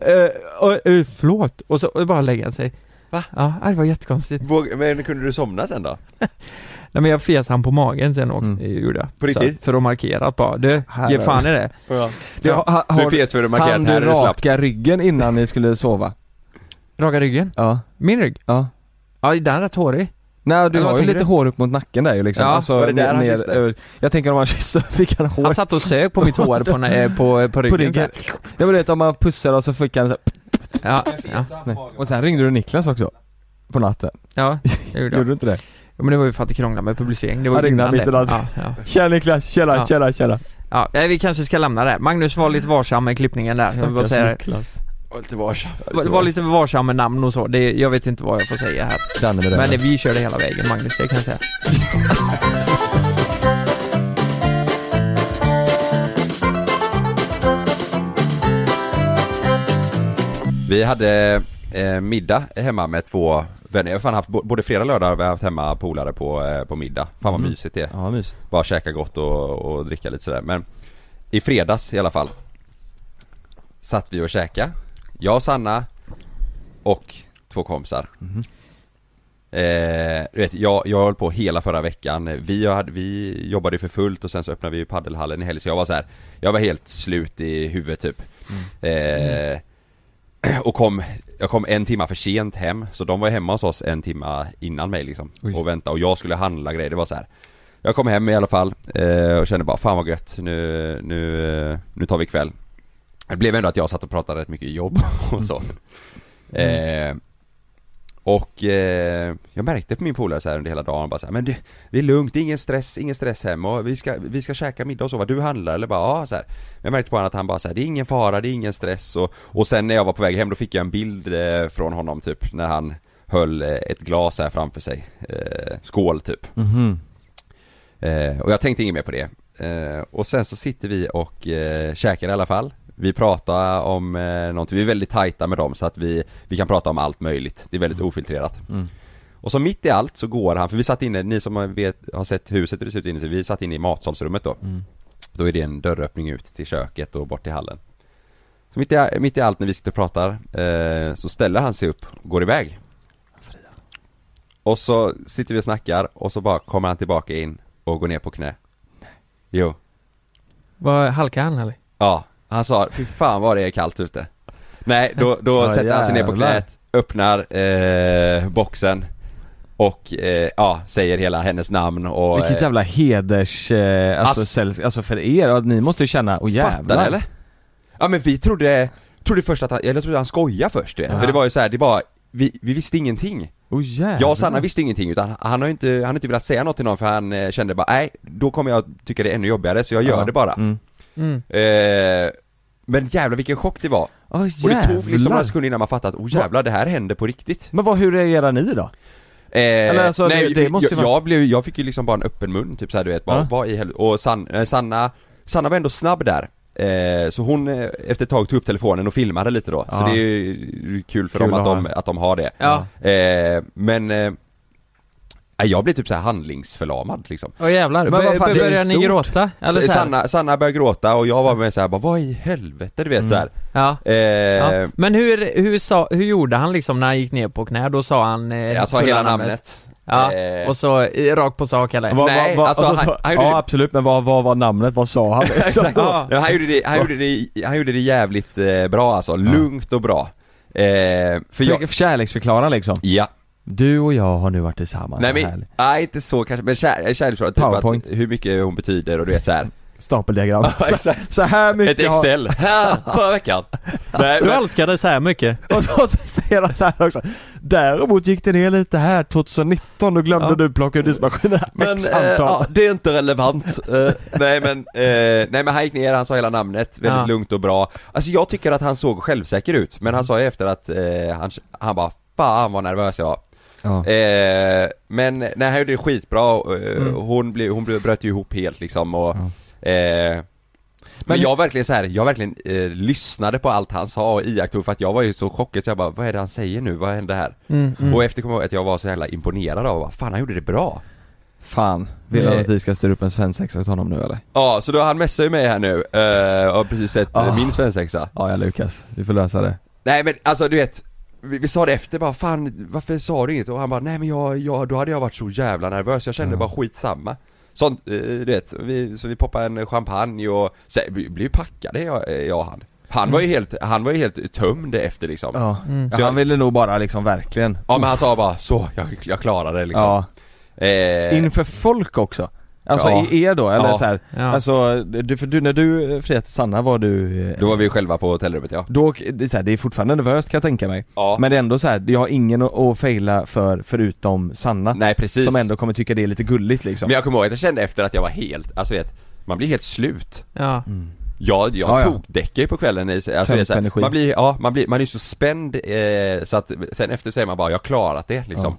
eh, eh, förlåt. Och så och bara lägger han sig. Va? Ja, det var jättekonstigt. Men kunde du somna sen då? Nej men jag fes han på magen sen också, mm. gjorde jag. På riktigt? Så, för att markera bara, du, ge fan i det. Ja. Det ha, ha, har, du fes för att markera här är det slappt. Han raka ryggen innan ni skulle sova. Raka ryggen? Ja. Min rygg? Ja. Ja, den är rätt hårig. Nej, du har ju lite du? hår upp mot nacken där ju liksom. Ja, alltså, var det där ner, ner, jag tänker om man kysser fick han hår. Han satt och sög på mitt hår på, nej, på, på ryggen. På ryggen. Jag vet om man pussar och så fick han så ja, ja. Och sen ringde du Niklas också på natten. Ja, jag gjorde, gjorde du inte det? Ja, men det var ju för att det krånglade med publicering. Det var han ringde mitt i natten. Ja, ja. Tjena Niklas, tjena, ja. tjena, tjena. Ja, vi kanske ska lämna det. Magnus var lite varsam med klippningen där. Jag vill bara säga Niklas. Var lite varsam. Var, var lite varsam med namn och så. Det, jag vet inte vad jag får säga här. Det men det, vi körde hela vägen, Magnus, det kan jag säga. Vi hade eh, middag hemma med två vänner. Jag har fan haft både fredag och lördag har vi haft hemma polare på, eh, på middag. Fan vad mm. mysigt det är. Ja, mysigt. Bara käka gott och, och dricka lite sådär. Men i fredags i alla fall satt vi och käka. Jag och Sanna och två kompisar. Mm. Eh, du vet, jag, jag höll på hela förra veckan. Vi, hade, vi jobbade för fullt och sen så öppnade vi paddelhallen i helg. Så jag var så här, jag var helt slut i huvudet typ. Mm. Eh, mm. Och kom, jag kom en timme för sent hem. Så de var hemma hos oss en timme innan mig liksom. Oj. Och vänta, och jag skulle handla grejer. Det var så här. Jag kom hem i alla fall eh, och kände bara, fan vad gött. Nu, nu, nu tar vi kväll. Det blev ändå att jag satt och pratade rätt mycket jobb och så. Mm. Eh, och eh, jag märkte på min polare så här under hela dagen bara så här, men det, det är lugnt, det är ingen stress, ingen stress hem och vi ska vi ska käka middag och så. Vad du handlar eller bara ja så här. Men jag märkte på honom att han bara så här, det är ingen fara, det är ingen stress och och sen när jag var på väg hem då fick jag en bild eh, från honom typ när han höll eh, ett glas här framför sig. Eh, skål typ. Mhm. Eh, och jag tänkte inget mer på det. Eh, och sen så sitter vi och eh, käkar i alla fall. Vi pratar om eh, någonting, vi är väldigt tajta med dem så att vi, vi kan prata om allt möjligt. Det är väldigt ofiltrerat. Mm. Och så mitt i allt så går han, för vi satt inne, ni som vet, har sett huset hur det ser ut inne, så vi satt inne i matsalsrummet då. Mm. Då är det en dörröppning ut till köket och bort till hallen. Så mitt i, mitt i allt när vi sitter och pratar eh, så ställer han sig upp och går iväg. Och så sitter vi och snackar och så bara kommer han tillbaka in och går ner på knä. Jo. Vad halkar han eller? Ja. Han sa, fy fan vad det är kallt ute. Nej, då, då ja, sätter han sig ner på knät, öppnar eh, boxen och eh, ja, säger hela hennes namn och... Vilket jävla heders... Eh, alltså, ass, säls, alltså för er, och ni måste ju känna, åh jävlar. Fattar eller? Ja men vi trodde, trodde först att han, eller jag trodde han skojar först, vet. Ja. För det var ju så här, det bara, vi, vi visste ingenting. Oh, jävlar. Jag och Sanna visste ingenting utan han har ju inte, han har inte velat säga något till någon för han eh, kände bara, nej, då kommer jag tycka det är ännu jobbigare så jag gör ja. det bara. Mm. Mm. Eh, men jävlar vilken chock det var. Oh, och det tog liksom några sekunder innan man fattade att oh jävlar det här hände på riktigt. Men vad, hur reagerar ni då? Eh, Eller alltså, nej, det, det måste jag, vara... jag, blev, jag fick ju liksom bara en öppen mun typ så här, du vet bara, ja. Vad i hel... Och San, eh, Sanna Sanna var ändå snabb där. eh, så hon eh, efter ett tag tog upp telefonen och filmade lite då. Ja. Så det är ju kul för Kul dem att att de, att de har det. Ja. Eh, men eh, jag blir typ så här handlingsförlamad liksom. Åh jävlar, Men vad B- fan, det är börjar ni stort. gråta? Eller så här? Sanna, Sanna började gråta och jag var med så här, bara, vad i helvete, du vet Mm. så här. Ja. Eh, Ja. Men hur, hur, sa, hur gjorde han liksom när han gick ner på knä? Då sa han eh, Jag sa fulla hela namnet. Ja, Eh, och så eh, rakt på sak eller? Vad- Nej, vad- alltså, alltså, han- så- han gjorde ja det- absolut, men vad, vad var namnet? Vad sa han? Exakt. Ja. Ja, han, gjorde det, han, gjorde det, han gjorde det jävligt eh, bra alltså, lugnt och bra. Eh, för jag, För kärleksförklara liksom. ja, Du och jag har nu varit tillsammans. nej så men, här. nej inte så kanske, men kär, kärleksfråga, typ PowerPoint. att, hur mycket hon betyder och du vet så här. Stapeldiagram. Ja, så, exakt. så här mycket Ett har- Excel, förra veckan. Nej, Du men, älskar det så här mycket. Och så säger han så här också. Däremot gick det ner lite här tjugonitton, då glömde Ja. du plocka ut diskmaskinen. men X eh, antal. ja, det är inte relevant. Eh, nej men, eh, nej men han gick ner, han sa hela namnet, väldigt Ja. lugnt och bra. Alltså jag tycker att han såg självsäker ut, men han sa ju efter att eh, han, han bara, fan vad nervös jag var. Ja. Eh, men nej, han gjorde det skitbra. Eh, Mm. hon, blev, hon blev, bröt ju ihop helt liksom och, Ja. eh, men, Men- jag verkligen så här, jag verkligen eh, lyssnade på allt han sa och iakttog, för att jag var ju så chockad så jag bara, vad är det han säger nu? Vad hände här? Mm, mm. Och efter kom jag ihåg att jag var så jävla imponerad av, fan han gjorde det bra. Fan, vill han Nej. att vi ska styra upp en svensexa åt honom nu eller? Ja, så då han messade ju mig här nu eh, och har precis sett Ah. oh. min svensexa. Ja, ja Lukas, vi får lösa det. Nej men alltså du vet, vi, vi sa det efter bara, fan varför sa du inget? Och han bara, nej men jag, jag då hade jag varit så jävla nervös, jag kände Ja. bara skitsamma. Sånt, eh, du vet, vi, så vi poppade en champagne och så, vi blev ju packade jag, jag och han. Han var ju helt, han var ju helt tömd efter liksom. Ja, Ja, Mm. så Så jag- han ville nog bara liksom verkligen. men han sa bara, så, jag, jag klarade det liksom. Ja, Eh, inför folk också. Alltså Ja. i er då, eller Ja. så här. Ja. Alltså, du, för du, när du friade till Sanna var du... eh, Då var vi ju själva på hotellrummet, ja. Då, det är, så här, det är fortfarande nervöst kan jag tänka mig. Ja, Men det är ändå så här, jag har ingen att, att faila för förutom Sanna. nej precis. Som ändå kommer tycka det är lite gulligt liksom. Men jag kommer ihåg att jag kände efter att jag var helt, alltså vet, man blir helt slut. Ja. Mm. Jag, jag Ja, ja. tog däckar ju på kvällen i, alltså det är Tömt så här, energi. man blir, ja, man blir, man är så spänd eh, så att sen efter säger man bara, jag har klarat det liksom.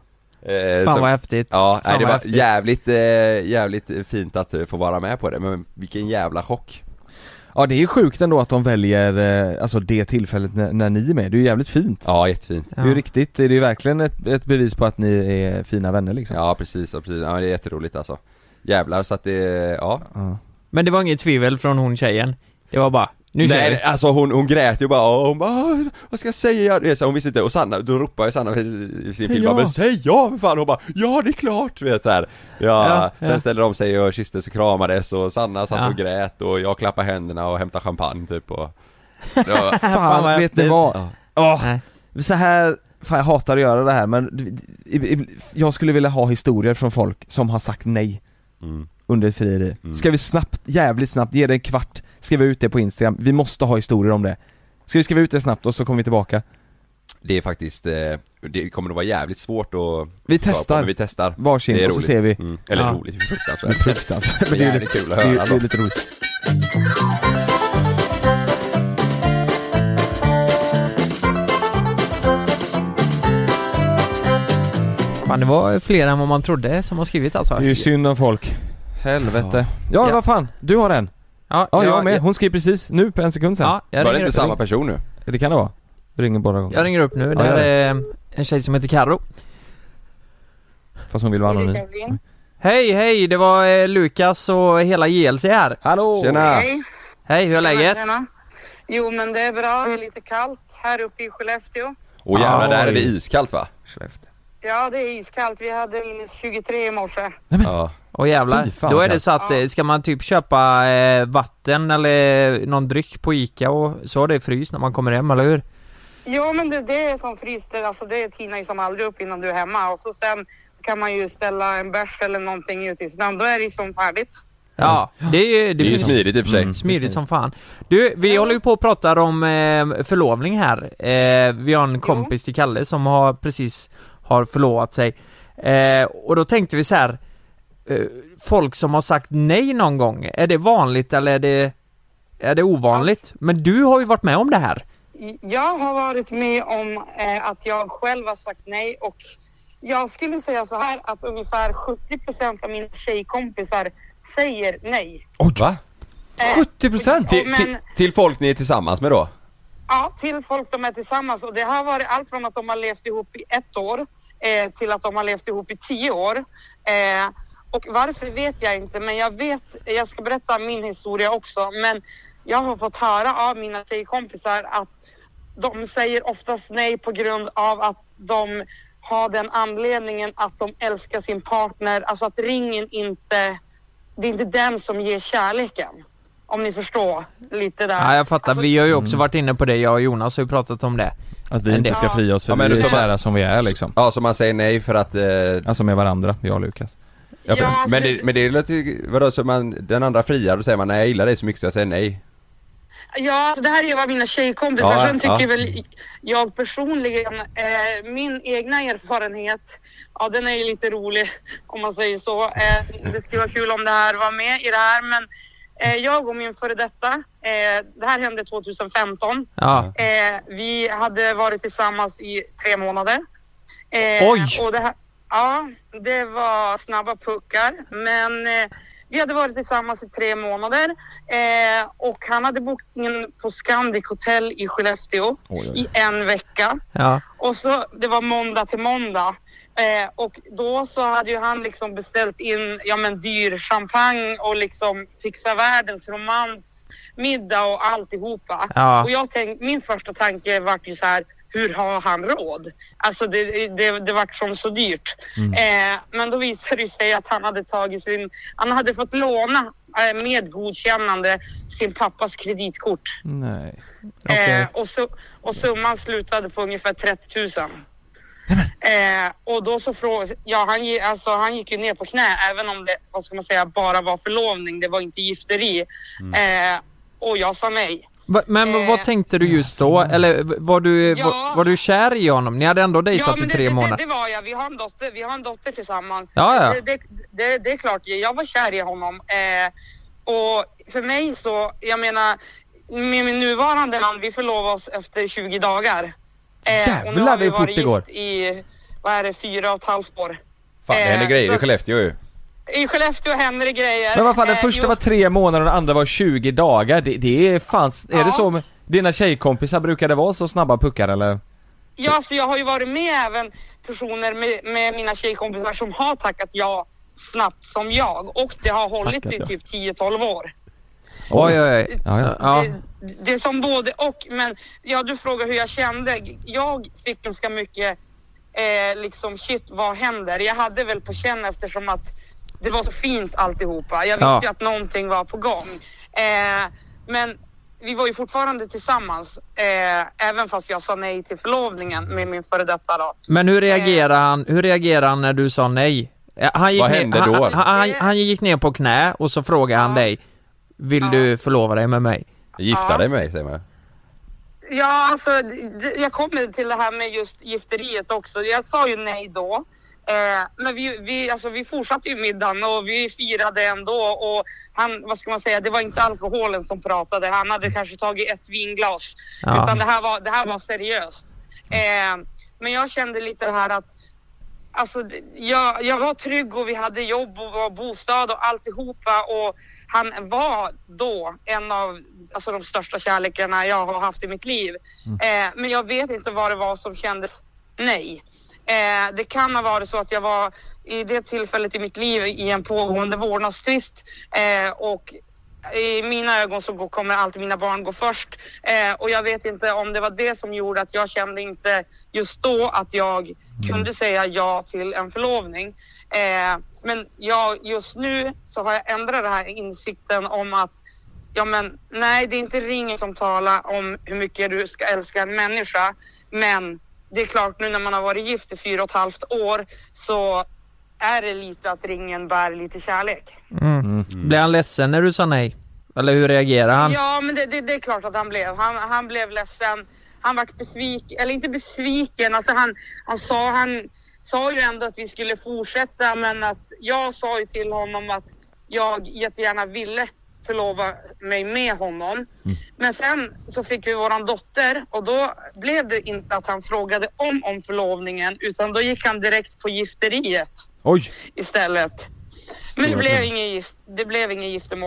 Eh, Fan så, vad häftigt. ja, nej, Fan det vad var häftigt. jävligt, eh, jävligt fint att eh, få vara med på det, men vilken jävla chock. Ja det är sjukt ändå att de väljer eh, alltså det tillfället när, när ni är med, det är ju jävligt fint. Ja, jättefint. Det är ju riktigt, det är ju verkligen ett, ett bevis på att ni är fina vänner liksom. Ja, precis, ja, precis. Ja, det är jätteroligt alltså. Jävlar, så att det, ja. Ja. Men det var inget tvivel från hon tjejen. Det var bara, nu kör vi. Nej, alltså hon, hon grät ju bara och hon bara, "Åh, vad ska jag säga?" Det är så, hon visste inte, och Sanna, då ropade Sanna i sin Säg film, ja. men säg ja för fan, hon bara, ja det är klart, du vet så här. Ja, Ja, sen ja. ställde de sig och kysstes och kramades och Sanna satt Ja. och grät och jag klappade händerna och hämtade champagne typ och, ja, Fan, vad vet ni häftigt. vad? ja. Åh, Nej. så här, fan jag hatar att göra det här men i- i- jag skulle vilja ha historier från folk som har sagt nej Mm. under ett frieri. Mm. Ska vi snabbt, jävligt snabbt, ge det en kvart, skriva ut det på Instagram, vi måste ha historier om det. Ska vi skriva ut det snabbt och så kommer vi tillbaka? Det är faktiskt, eh, det kommer att vara jävligt svårt att Vi svara på, testar. men vi testar. Varsin Det är och så roligt. ser vi. Mm. Eller Ja. roligt, Det är fruktansvärt. fruktansvärt, men Det det är är, jävligt kul att det, är, höra det är då. lite roligt. Fan, det var fler än vad man trodde som har skrivit alltså. Det är ju synd om folk. Helvete. Ja, Ja. vad fan, du har den. Ja, Ja, jag jag, med. Hon skrev precis nu på en sekund sen. Ja, jag Var det ringer, inte samma person nu? Det kan det vara. Ringer båda gånger. jag ringer upp nu. Ja, Det gör är en tjej som heter Karo. Fast hon vill vara anonym. Erika Blin. Hej, hej, det var eh, Lukas och hela J L C här. Hallå! Tjena! Hej. Hej, hur är läget? Tjena. Jo men det är bra, det är lite kallt här uppe i Skellefteå. Och jävlar, där är det Oj. iskallt va? Ja det är iskallt, vi hade minus tjugotre i morse. Ja. Och jävlar, Fy fan, då är vad det så att Ja. eh, ska man typ köpa eh, vatten eller någon dryck på Ica och så har det frys när man kommer hem, eller hur? Jo men det, det är som fryst, alltså det tinar ju som aldrig upp innan du är hemma. Och så sen kan man ju ställa en bärs eller någonting ute i snön, då är det ju som färdigt. Ja, det är ju, det Det är ju finns smidigt i och för sig. Mm. smidigt som fan. Du, vi håller ju på och pratar om eh, förlovning här. Eh, vi har en kompis till Kalle som har precis har förlovat sig. Eh, och då tänkte vi så här, eh, folk som har sagt nej någon gång, är det vanligt eller är det, är det ovanligt? Men du har ju varit med om det här. Jag har varit med om eh, att jag själv har sagt nej och jag skulle säga så här att ungefär sjuttio procent av mina tjejkompisar säger nej. Oj, va? Eh, sjuttio procent? Till, men- till, till folk ni är tillsammans med då? Ja, till folk de är tillsammans. Och det har varit allt från att de har levt ihop i ett år eh, till att de har levt ihop i tio år. Eh, och varför vet jag inte, men jag vet, jag ska berätta min historia också. Men jag har fått höra av mina tjejkompisar att de säger oftast nej på grund av att de har den anledningen att de älskar sin partner. Alltså att ringen inte, det är inte den som ger kärleken. Om ni förstår lite där. Ja, jag fattar. Alltså, Vi har ju också varit inne på det, jag och Jonas har ju pratat om det. Att vi inte ska fria oss för Ja, men vi är så- kära som vi är liksom. Ja, så man säger nej för att... Eh, Alltså med varandra, jag och Lukas. ja, Ja, men, alltså- det, men det låter ju... Vadå, så man, den andra friar, då säger man nej, jag gillar dig så mycket så jag säger nej. Ja, det här är ju vad mina tjejkompisar. Ja, Sen tycker ja. väl jag personligen, eh, min egna erfarenhet, ja den är ju lite rolig om man säger så. Eh, det skulle vara kul om det här var med i det här, men eh, jag och min före detta, eh, det här hände tjugohundrafemton. Ja. Eh, vi hade varit tillsammans i tre månader. Eh, Oj! Och det här, ja, det var snabba puckar, men eh, vi hade varit tillsammans i tre månader eh, och han hade bokat in på Scandic Hotel i Skellefteå Oj, oj. i en vecka. Ja. Och så, det var måndag till måndag. Eh, och då så hade ju han liksom beställt in, ja men dyr champagne och liksom fixa världens romansmiddag och alltihopa. Ja. Och jag tänkte, min första tanke var ju så här, hur har han råd? Alltså det, det, det var som så dyrt. Eh, men då visade det sig att han hade tagit sin, han hade fått låna eh, med godkännande sin pappas kreditkort. Nej. Okej. Eh, och, så, och summan slutade på ungefär trettio tusen. Eh, och då så frågade, ja han, gi- alltså, han gick ju ner på knä även om det, vad ska man säga, bara var förlovning, det var inte gifteri. Eh, och jag sa nej. Va, men Eh. vad tänkte du just då? Eller var du, Ja. var, var du kär i honom? Ni hade ändå dejtat i men tre det, månader. Det, det var jag, vi har en dotter, vi har en dotter tillsammans. Ja, ja. Det, det, det, det är klart, jag var kär i honom. Eh, och för mig så, jag menar, med min nuvarande man, vi förlovade oss efter tjugo dagar. Eh, och nu Jävlar, har vi det är fort varit det går. gift i, vad är det, fyra och ett halvt år. Fan, det Eh, händer grejer så- i Skellefteå ju. I Skellefteå händer det grejer. Men vad fan, den Eh, första jo, var tre månader och den andra var tjugo dagar. Det, det är fan, är Ja. det så med dina tjejkompisar, brukar det vara så snabba puckar eller? Ja, så jag har ju varit med även personer med, med mina tjejkompisar som har tackat ja snabbt som jag. Och det har hållit Tackat i ja. typ tio tolv år. Oj, oj, oj. Ja, ja. Ja. Det, det är som både och, men ja, du frågar hur jag kände. Jag fick ganska mycket eh, liksom shit, vad händer? Jag hade väl på känn eftersom att det var så fint alltihopa. Jag visste Ja. ju att någonting var på gång. Eh, men vi var ju fortfarande tillsammans, eh, även fast jag sa nej till förlovningen med min före detta då. Men hur reagerade han, hur reagerade han när du sa nej? Eh, Han gick Vad ner, hände han, då? Han, han, han gick ner på knä och så frågade han Ja. dig, vill Ja. du förlova dig med mig? Gifta Ja. dig med mig, säger man. Ja, alltså det, jag kommer till det här med just gifteriet också. Jag sa ju nej då. Eh, men vi, vi, alltså, vi fortsatte ju middagen och vi firade ändå. Och han, vad ska man säga, det var inte alkoholen som pratade. Han hade kanske tagit ett vinglas. Ja. Utan det här var, det här var seriöst. Eh, men jag kände lite det här att alltså, det- jag, jag var trygg och vi hade jobb och var bostad och alltihopa. Och han var då en av alltså, de största kärlekarna jag har haft i mitt liv. Eh, men jag vet inte vad det var som kändes nej. Eh, det kan ha varit så att jag var i det tillfället i mitt liv i en pågående vårdnadstvist. Eh, och i mina ögon så går, kommer alltid mina barn gå först. Eh, och jag vet inte om det var det som gjorde att jag kände inte just då att jag kunde säga ja till en förlovning. Eh, men jag, just nu så har jag ändrat den här insikten om att ja men nej, det är inte ringen som talar om hur mycket du ska älska en människa. Men det är klart, nu när man har varit gift i fyra och ett halvt år så är det lite att ringen bär lite kärlek. Mm. Blev han ledsen när du sa nej? Eller hur reagerade han? Ja, men det, det, det är klart att han blev. Han, han blev ledsen. Han var besviken, eller inte besviken. Alltså han, han sa, han sa ju ändå att vi skulle fortsätta, men att jag sa ju till honom att jag jättegärna ville förlova mig med honom. Mm. Men sen så fick vi våran dotter och då blev det inte att han frågade om om förlovningen, utan då gick han direkt på gifteriet Oj! istället. Men det blev ingen, gift, det blev ingen giftermål.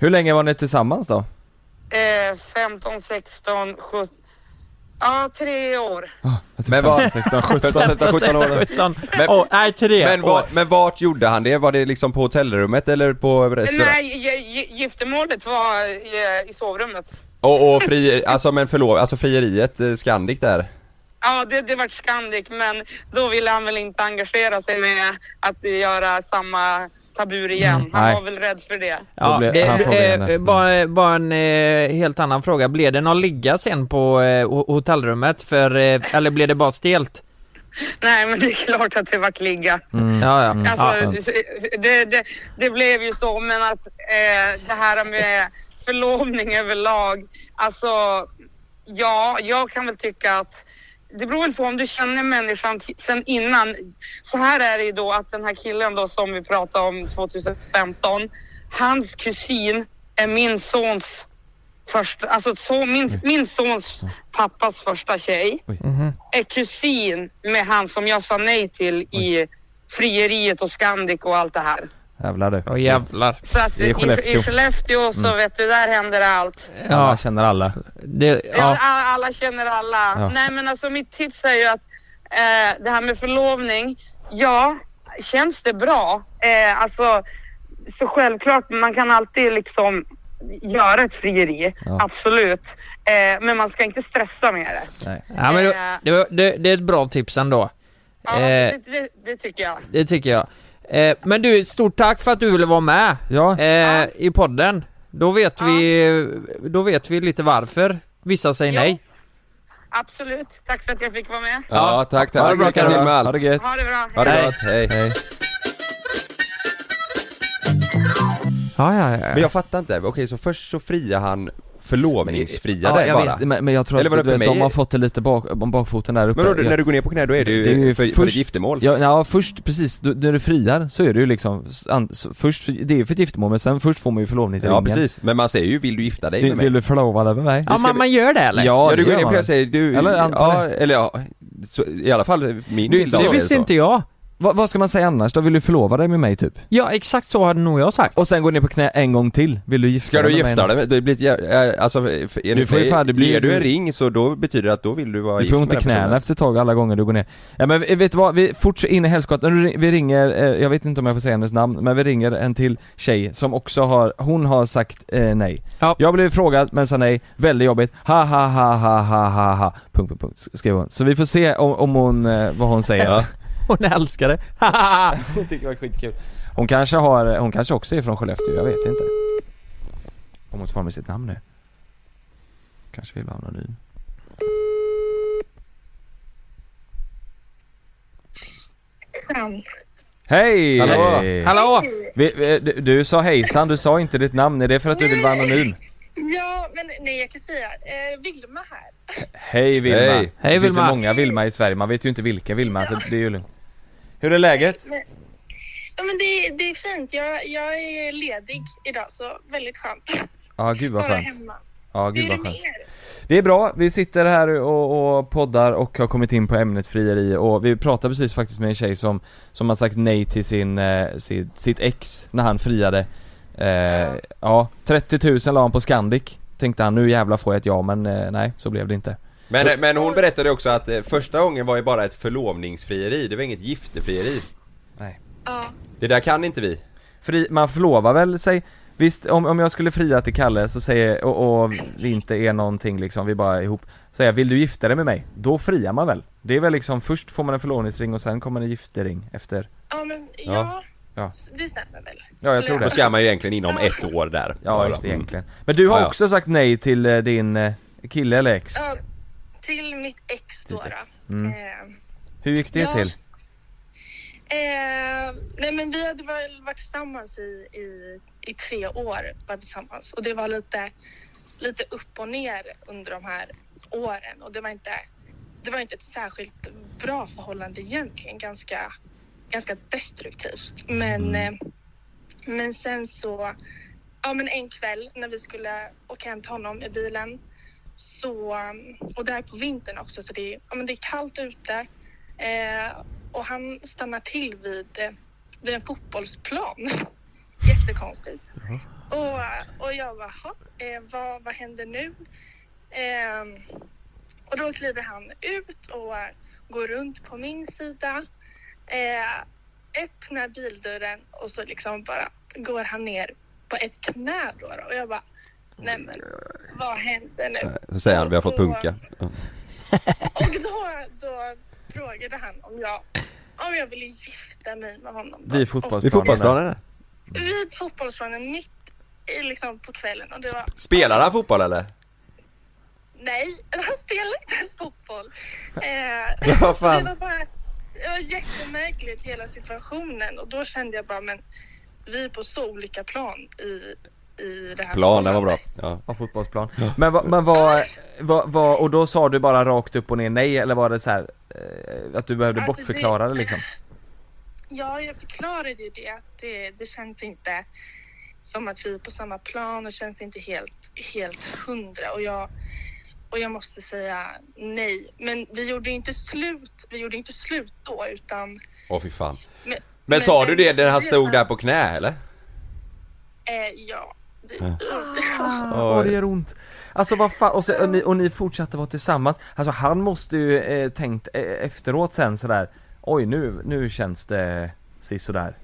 Hur länge var ni tillsammans då? Eh, femton, sexton, sjutton. Ja, tre år. Oh, Men vad- sexton, sjutton. femton, sjutton år. sjutton. Men- Åh, nej, tre. Men, var, men vart gjorde han det? Var det liksom på hotellrummet eller på restaurang? Nej, gi- gi- giftermålet var i, i sovrummet. Och, och fri, alltså men förlåt, alltså frieriet, eh, Scandic där. Ja, det, det var Scandic, men då ville han väl inte engagera sig med att göra samma tabur igen. Mm, han nej. var väl rädd för det. Ja, blev- det, han får eh, benen. bara, bara en eh, helt annan fråga. Blev det någon ligga sen på eh, ho- hotellrummet? För, eh, eller blev det bara stelt? Nej, men det är klart att det vart ligga. Mm. Ja, ja. Mm. Alltså, Ja. det, det, det blev ju så, men att eh, det här med förlovning överlag, alltså ja, jag kan väl tycka att det beror väl på om du känner människan t- sen innan. Så här är det ju då att den här killen då som vi pratade om tjugohundrafemton, hans kusin är min sons första, alltså så, min, min sons pappas första tjej Mhm. är kusin med han som jag sa nej till i frieriet och Scandic och allt det här. Jävlar du. Åh, jävlar. Så att Det är i, Skellefteå. i Skellefteå så Mm. vet du, där händer allt. Alla Ja, känner alla. det, Ja. ja. Alla, alla känner alla. Ja. Nej, men alltså mitt tips är ju att eh, det här med förlovning, ja, känns det bra? Eh, alltså, så självklart, man kan alltid liksom göra ett frieri, Ja. absolut. Eh, men man ska inte stressa med det. Nej. ja men det, det, var- det, det är ett bra tips ändå. Ja, Eh. det, det, det tycker jag. Det tycker jag. Eh, men du, stort tack för att du ville vara med Ja. eh, i podden. Då vet Ja. vi då vet vi lite varför vissa säger Ja. nej. Absolut. Tack för att jag fick vara med. Ja, tack, Ha det tack. bra, Lycka till Karin. med Ha det allt. gött. Ha det bra. Ha det Hej. gott, hej. Hej. Ja, ja, ja. Men jag fattar inte, okej så först så friar han förlovningsfria Ja, där jag bara. vet, men, men jag tror Eller att vadå, du för vet, mig de är- har fått det lite bak, om bakfoten där uppe. Men då, jag, när du går ner på knä då är det ju, Det är ju för, för först- ett giftermål. ja, ja, först precis, du, när du friar så är det ju liksom an, så, först, det är ju för ett giftermål, men sen först får man ju förlovningsringen. Ja precis, men man säger ju vill du gifta dig Vill, med mig? vill du förlova dig med mig? Ja, ska man, vi- man gör det eller? Ja, Ja, du det går gör ner man. på och säger du, Eller antar ja, eller ja, så, i alla fall min Du- bild av det är visste så. inte jag. Va, vad ska man säga annars då? Vill du förlova dig med mig typ? Ja, exakt så hade nog jag sagt. Och sen gå ner på knä en gång till. Vill du gifta Ska du dig med gifta mig? dig med, det blir ett, jä- äh, alltså, för- är Du det, får ju fan- det blir- ger du en du- ring så då betyder det att då vill du vara Du gift får med ont i den knäna personen. efter ett tag alla gånger du går ner. Ja men vet du vad, vi fortsätter in i Helskott. Vi ringer, eh, jag vet inte om jag får säga hennes namn, men vi ringer en till tjej som också har, hon har sagt eh, nej. Ja. Jag blev frågad men sa nej, väldigt jobbigt. Ha ha ha ha ha ha ha. Punkt, punkt, punkt, skrev hon. Så vi får se om, om hon, eh, vad hon säger. Ja. Hon älskar det. Hon tycker det var skitkul. Hon kanske har, hon kanske också är från Skellefteå, jag vet inte. Hon måste få med sitt namn nu. Kanske vill vara anonym. Hej! Hallå. Hallå! Vi, vi, du, du sa hejsan, du sa inte ditt namn, är det för att du vill vara anonym? Ja, men nej, jag kan säga eh, Vilma här. Hej Vilma! Hej. Hej, Det finns ju Vilma. många Vilma i Sverige, man vet ju inte vilka Vilma, så det är ju lugnt. Hur är läget? Men, ja, men det, det är fint. Jag, jag är ledig idag, så väldigt skönt. Ja, gud vad Bara skönt. hemma. Ja, Hur gud är det vad med skönt. er? Det är bra, vi sitter här och, och poddar och har kommit in på ämnet frieri och vi pratade precis faktiskt med en tjej som, som har sagt nej till sin, eh, sitt, sitt ex när han friade. Eh, ja, trettio tusen la han på Scandic. Tänkte han, nu jävla får jag ett ja, men eh, nej, så blev det inte. Men, men hon berättade också att eh, första gången var ju bara ett förlovningsfrieri, det var inget giftefrieri. Nej. Ja. Det där kan inte vi. Fri, man förlovar väl sig. Visst, om, om jag skulle fria till Kalle så säger, och, och vi inte är någonting liksom, vi bara är ihop, säger jag, vill du gifta dig med mig? Då friar man väl? Det är väl liksom, först får man en förlovningsring och sen kommer en giftering efter. Ja, men Ja. ja, Ja. det stämmer väl. Ja, jag tror Då det. ska man ju egentligen inom ett år där. Ja, just det, egentligen. Men du har Ja, ja. också sagt nej till eh, din eh, kille eller ex? Ja, till mitt ex då. Ditt då. ex. Mm. Eh, Hur gick det Ja. till? Eh, nej men vi hade väl varit tillsammans i, i, i tre år var tillsammans och det var lite, lite upp och ner under de här åren och det var inte, det var inte ett särskilt bra förhållande egentligen, ganska, ganska destruktivt. Men, eh, men sen så, ja men en kväll när vi skulle åka hem till honom i bilen så, och det är på vintern också så det, ja, men det är kallt ute. Eh, och han stannar till vid, eh, vid en fotbollsplan. Jättekonstigt. Och, och jag bara, eh, vad, vad händer nu? Eh, och då kliver han ut och går runt på min sida. Eh, öppnar bildörren och så liksom bara går han ner på ett knä då. då. Och jag bara, nej men vad händer nu? Så säger han, vi har fått då, punka. Ja. Och då, då frågade han om jag, om jag ville gifta mig med honom. Då. Vid fotbollsplanen. Vid fotbollsplanen? Vid fotbollsplanen mitt i, liksom på kvällen. Och det var, Spelar han fotboll eller? nej, han spelar inte ens fotboll. Eh, Vad fan? Det var bara det var jättemärkligt hela situationen. Och då kände jag bara, men vi är på så olika plan i, i det här. Planen var bra. Ja. Ja, fotbollsplan. Men, va, men vad, vad, vad, och då sa du bara rakt upp och ner nej, eller var det så här eh, att du behövde Alltså, bortförklara det liksom? Ja, jag förklarade ju det. Att det, det känns inte som att vi är på samma plan. Det känns inte helt, helt hundra. Och jag, och jag måste säga nej. Men vi gjorde inte slut. Vi gjorde inte slut då, utan... Åh fy fan. Men, Men, men sa du det när han stod där på knä eller? Eh, ja. Det, Ja. Åh, det gör ont. Alltså vad fan, och, så, och, ni, och ni fortsatte vara tillsammans. Alltså han måste ju eh, tänkt eh, efteråt sen sådär, oj nu, nu känns det sisådär.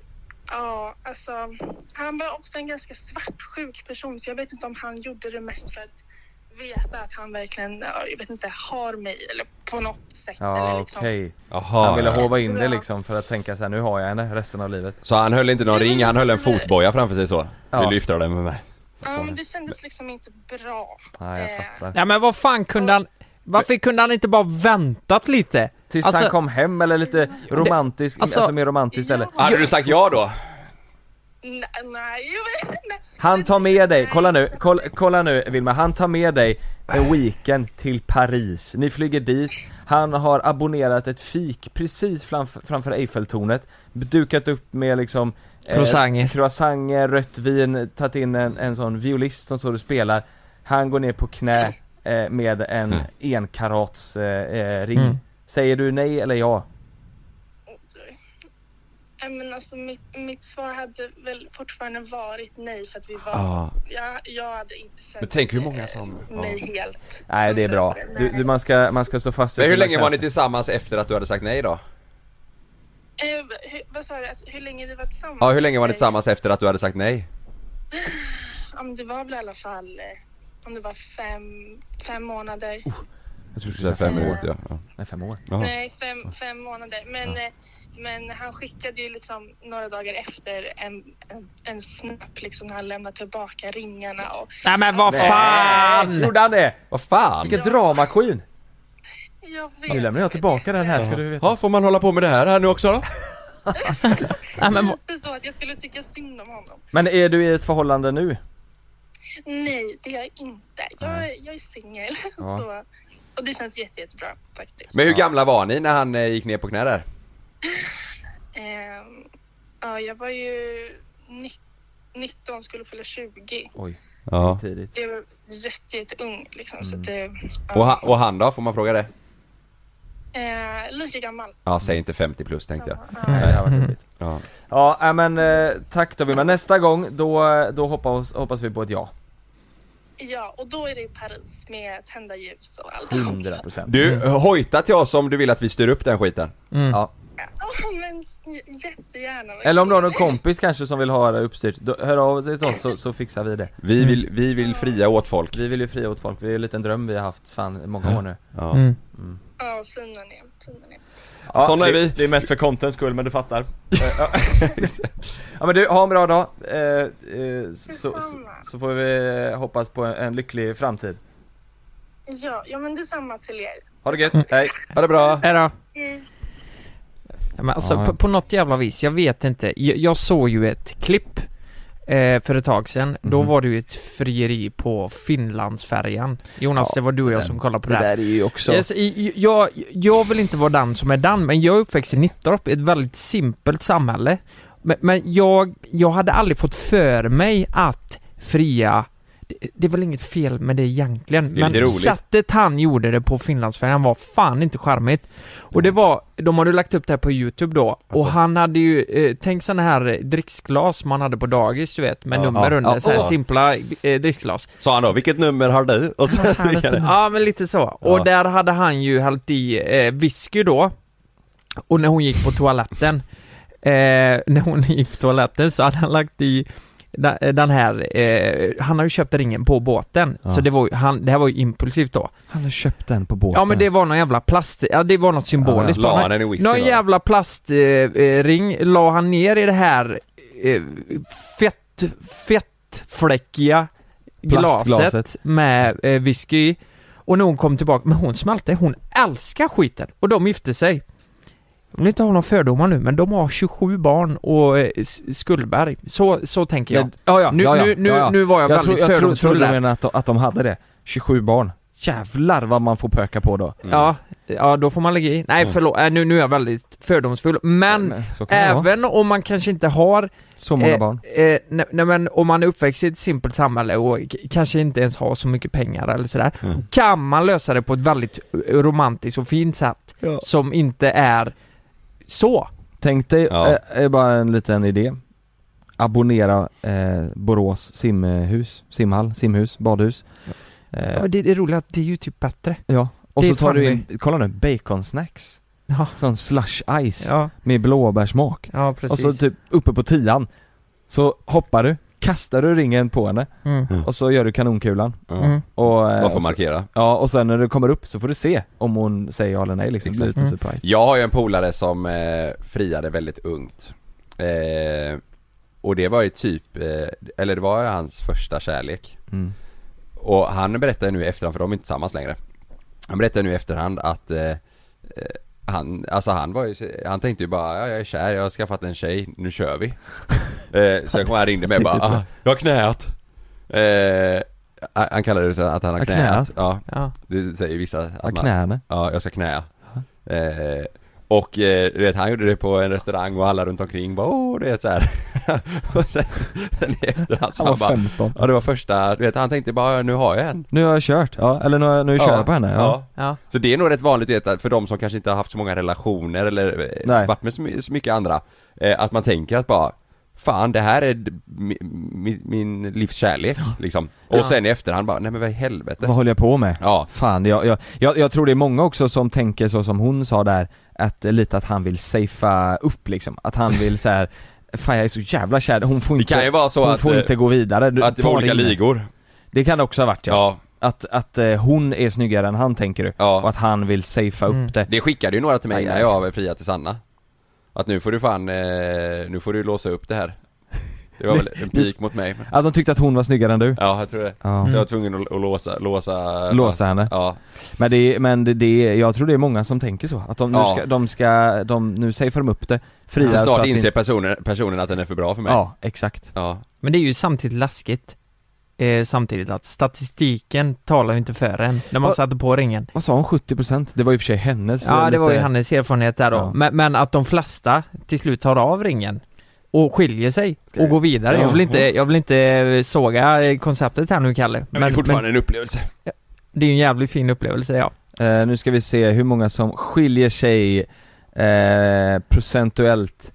Ja, alltså han var också en ganska svartsjuk person, så jag vet inte om han gjorde det mest för att veta att han verkligen, ja, jag vet inte, har mig eller på något sätt. Ja, eller liksom. okej. Jaha. Han ville ja. hova in det liksom för att tänka så här, nu har jag henne resten av livet. Så han höll inte någon ring, han höll en fotboja framför sig så. Ja. Vill lyfta den med mig. Ja, men det kändes liksom inte bra. Nej, jag Eh, fattar. Ja men vad fan kunde han, varför kunde han inte bara väntat lite? Tills Alltså- han kom hem eller lite romantisk, alltså- alltså mer romantiskt Ja. eller? Hade du sagt ja då? Nej, nej, jag vet inte. Han tar med dig, kolla nu, kolla, kolla nu Vilma, han tar med dig en weekend till Paris. Ni flyger dit, han har abonnerat ett fik precis framför, framför Eiffeltornet, dukat upp med liksom eh, Croissanter. croissanter, rött vin, tagit in en, en sån violist som står och spelar. Han går ner på knä eh, med en enkarats eh, eh, ring. Mm. Säger du nej eller ja? Nej, men alltså mitt, mitt svar hade väl fortfarande varit nej, för att vi var, Ja. jag, jag hade inte känt Men tänk hur många eh, som- mig helt. Nej, det är bra. Du, du, man, ska, man ska stå fast vid Men hur sina länge var ni känslor. tillsammans efter att du hade sagt nej då? Eh, hur, vad sa du? Alltså, hur länge vi var tillsammans? Ja, hur länge var ni tillsammans efter att du hade sagt nej? Ja, men det var väl i alla fall, eh, om det var fem, fem månader. Jag tror Du du sa fem minuter, ja. ja. Nej, fem år. Jaha. Nej, fem, fem månader. Men, eh, men han skickade ju liksom några dagar efter en, en, en snap liksom när han lämnade tillbaka ringarna och... Nej men vad Nej, fan! gjorde han det? Vad fan? Vilken drama queen. Jag vet Nu lämnar jag tillbaka den här, ska du veta. Ja, får man hålla på med det här här nu också då? Nej, men, vad- Lite så att jag skulle tycka synd om honom. Men är du i ett förhållande nu? Nej, det är jag inte. Jag, är- jag är singel. Ja. Så, och det känns jätte, jättebra faktiskt. Men hur gamla var ni när han eh, gick ner på knä där? Ehm, ja, jag var ju ni- nitton, skulle fylla tjugo. Oj, Ja. tidigt. Jag var jätte, jätteung liksom. Så att det, ja. Och han, och han då, får man fråga det? Eh, lika gammal. Ja, säg inte femtio plus tänkte jag. Ja. Nej, det har varit jobbigt. Ja. Ja, äh, men eh, tack då Vilma. Nästa gång, då, då hoppas, hoppas vi på ett ja. Ja, och då är det i Paris med tända ljus och allt. hundra procent. Du, hojta till oss om du vill att vi styr upp den skiten. mm. Ja. Ja, men jättegärna. Eller om du har någon kompis kanske som vill ha det uppstyrt, då, hör av dig till oss så, så fixar vi det. Vi vill, vi vill fria åt folk. Vi vill ju fria åt folk, det är ju en liten dröm vi har haft fan många år nu. Ja. Mm. Ja, fina ni. Fina ni. Ja, Såna är det, vi. Det är mest för contents skull, men du fattar. ja. ja men du, ha en bra dag. Eh, eh, så, så, så får vi hoppas på en, en lycklig framtid. Ja, ja, men detsamma till er. Ha det gött, hej. Ha det bra. Är det? Mm. Ja, men alltså Ja. på, på något jävla vis, jag vet inte. Jag, jag såg ju ett klipp eh, för ett tag sedan. Då Mhm. var det ju ett frieri på Finlandsfärjan. Jonas, Ja, det var du och jag den- som kollade på Det det här. där är ju också... Yes, i- jag, jag vill inte vara den som är den, men jag är uppväxt i Nittorp, ett väldigt simpelt samhälle. Men, men jag, jag hade aldrig fått för mig att fria. det, det är väl inget fel med det egentligen. Det är Men lite roligt. sättet han gjorde det på Finlandsfärjan var fan inte charmigt. Och det var, de hade lagt upp det här på YouTube då. Och Alltså. han hade ju, eh, tänk sådana här dricksglas man hade på dagis, du vet, med Ja, nummer ja, under, ja, så här ja. simpla eh, dricksglas. Sa han då, vilket nummer har du? Och så Ja, men lite så. Och Ja. där hade han ju hällt i eh, whisky då. Och när hon gick på toaletten, eh, när hon gick på toaletten så hade han lagt i den, den här, eh, han har ju köpt ringen på båten. Ja. Så det var ju, han, det här var ju impulsivt då. Han har köpt den på båten. Ja, men det var någon jävla plast, ja det var något symboliskt. La bara. han den i whisky Någon då? jävla plastring eh, ring la han ner i det här eh, fett, fettfläckiga glaset Plastglaset. med eh, whisky i. Och när hon kom tillbaka, men hon smälte, hon älskar skiten. Och de gifte sig. Jag vill inte ha några fördomar nu, men de har tjugosju barn och eh, s- skuldberg. Så, så tänker jag. Ja, ja, Nu, ja, ja, nu, nu, ja, ja. nu var jag, Jag, väldigt tror, jag tror, fördomsfull trodde du där. menade att de, att de hade det. tjugosju barn. Jävlar vad man får pöka på då. Mm. Ja, ja, då får man lägga i. Nej, Mm. förlåt, äh, nu, nu är jag väldigt fördomsfull. Men så kan det vara. även om man kanske inte har Så många eh, barn. eh, nej, nej, men om man är uppväxt i ett simpelt samhälle och k- kanske inte ens har så mycket pengar eller sådär, Mm. kan man lösa det på ett väldigt eh, romantiskt och fint sätt Ja. som inte är så. Tänk dig, Ja. eh, är bara en liten idé. Abonnera eh, Borås simhus, simhall, simhus, badhus. Eh, Ja, det, det är roligt att det är ju typ bättre. ja. Och det är så tar fan du in, kolla nu, bacon snacks. Ja, Sån slush ice ja, med blåbärssmak. ja precis. Och så typ uppe på tian. Så hoppar du, kastar du ringen på henne mm. och så gör du kanonkulan. Ja. Mm. Och, eh, Bara för och att så, markera. ja, och sen när du kommer upp så får du se om hon säger ja eller nej liksom. Det blir en liten Mm. surprise. Jag har ju en polare som eh, friade väldigt ungt. Eh, och det var ju typ, eh, eller det var ju hans första kärlek. Mm. Och han berättar nu i efterhand, för de är inte tillsammans längre. Han berättar nu i efterhand att eh, eh, han, alltså han var ju, han tänkte ju bara, ja, jag är kär, jag har skaffat en tjej, nu kör vi. eh, så jag kom här ringde mig och bara, ah, jag har knät. Eh, han kallade det så att han har Har knät. knät? Ja, Ja. det säger vissa. Att Ja, man, knäna. ja, jag ska knä. Eh, och eh, du vet, han gjorde det på en restaurang och alla runt omkring bara, åh, det är så här. Och sen, sen i efterhand så Han han var bara, femton. ja, det var första, du vet, han tänkte bara, nu har jag en. Nu har jag kört, ja, eller nu, har jag- nu kör jag på henne, ja. Ja. Så det är nog rätt vanligt, vet, att för de som kanske inte har haft så många relationer eller eh, Nej. varit med så, my- så mycket andra, eh, att man tänker att bara, fan, det här är d- mi, mi, min livs kärlek liksom. Och Ja. sen i efterhand bara, nej men vad i helvete. Vad håller jag på med? Ja, Fan, jag, jag, jag, jag tror det är många också som tänker så som hon sa där, att eh, lite att han vill safea upp liksom, att han vill så här. Fan jag är så jävla kär, hon får det inte, kan ju vara så hon att, får eh, inte gå vidare. Du, att det var ta olika ringen. ligor. Det kan det också ha varit, ja. Ja, Att, att eh, hon är snyggare än han, tänker du, och ja. att han vill safea Mm. upp det. Det skickade ju några till mig Aj, innan aj. jag friade till Sanna. Att nu får du fan, eh, nu får du låsa upp det här. Det var väl en pik mot mig. men- Att de tyckte att hon var snyggare än du. Ja, jag tror det. Ja. Så jag var tvungen att, att låsa, låsa Låsa henne. Ja, Men det är, men det, det är, jag tror det är många som tänker så, att de nu Ja. ska, de ska, de, nu safear de upp det, friar så så snart att inser inte- personen, personen att den är för bra för mig. Ja, exakt. Ja. Men det är ju samtidigt läskigt. Eh, samtidigt att statistiken talar ju inte för en när man Vad- satte på ringen. Vad sa hon, sjuttio procent? Det var ju för sig hennes Ja, eh, det var ju lite- hennes erfarenhet där då. Ja. Men, men att de flesta till slut tar av ringen och skiljer sig och går vidare. Jag vill inte, jag vill inte såga konceptet här nu, Kalle. Men, det är fortfarande en upplevelse. det är ju en jävligt fin upplevelse, ja. Eh, nu ska vi se hur många som skiljer sig eh, procentuellt.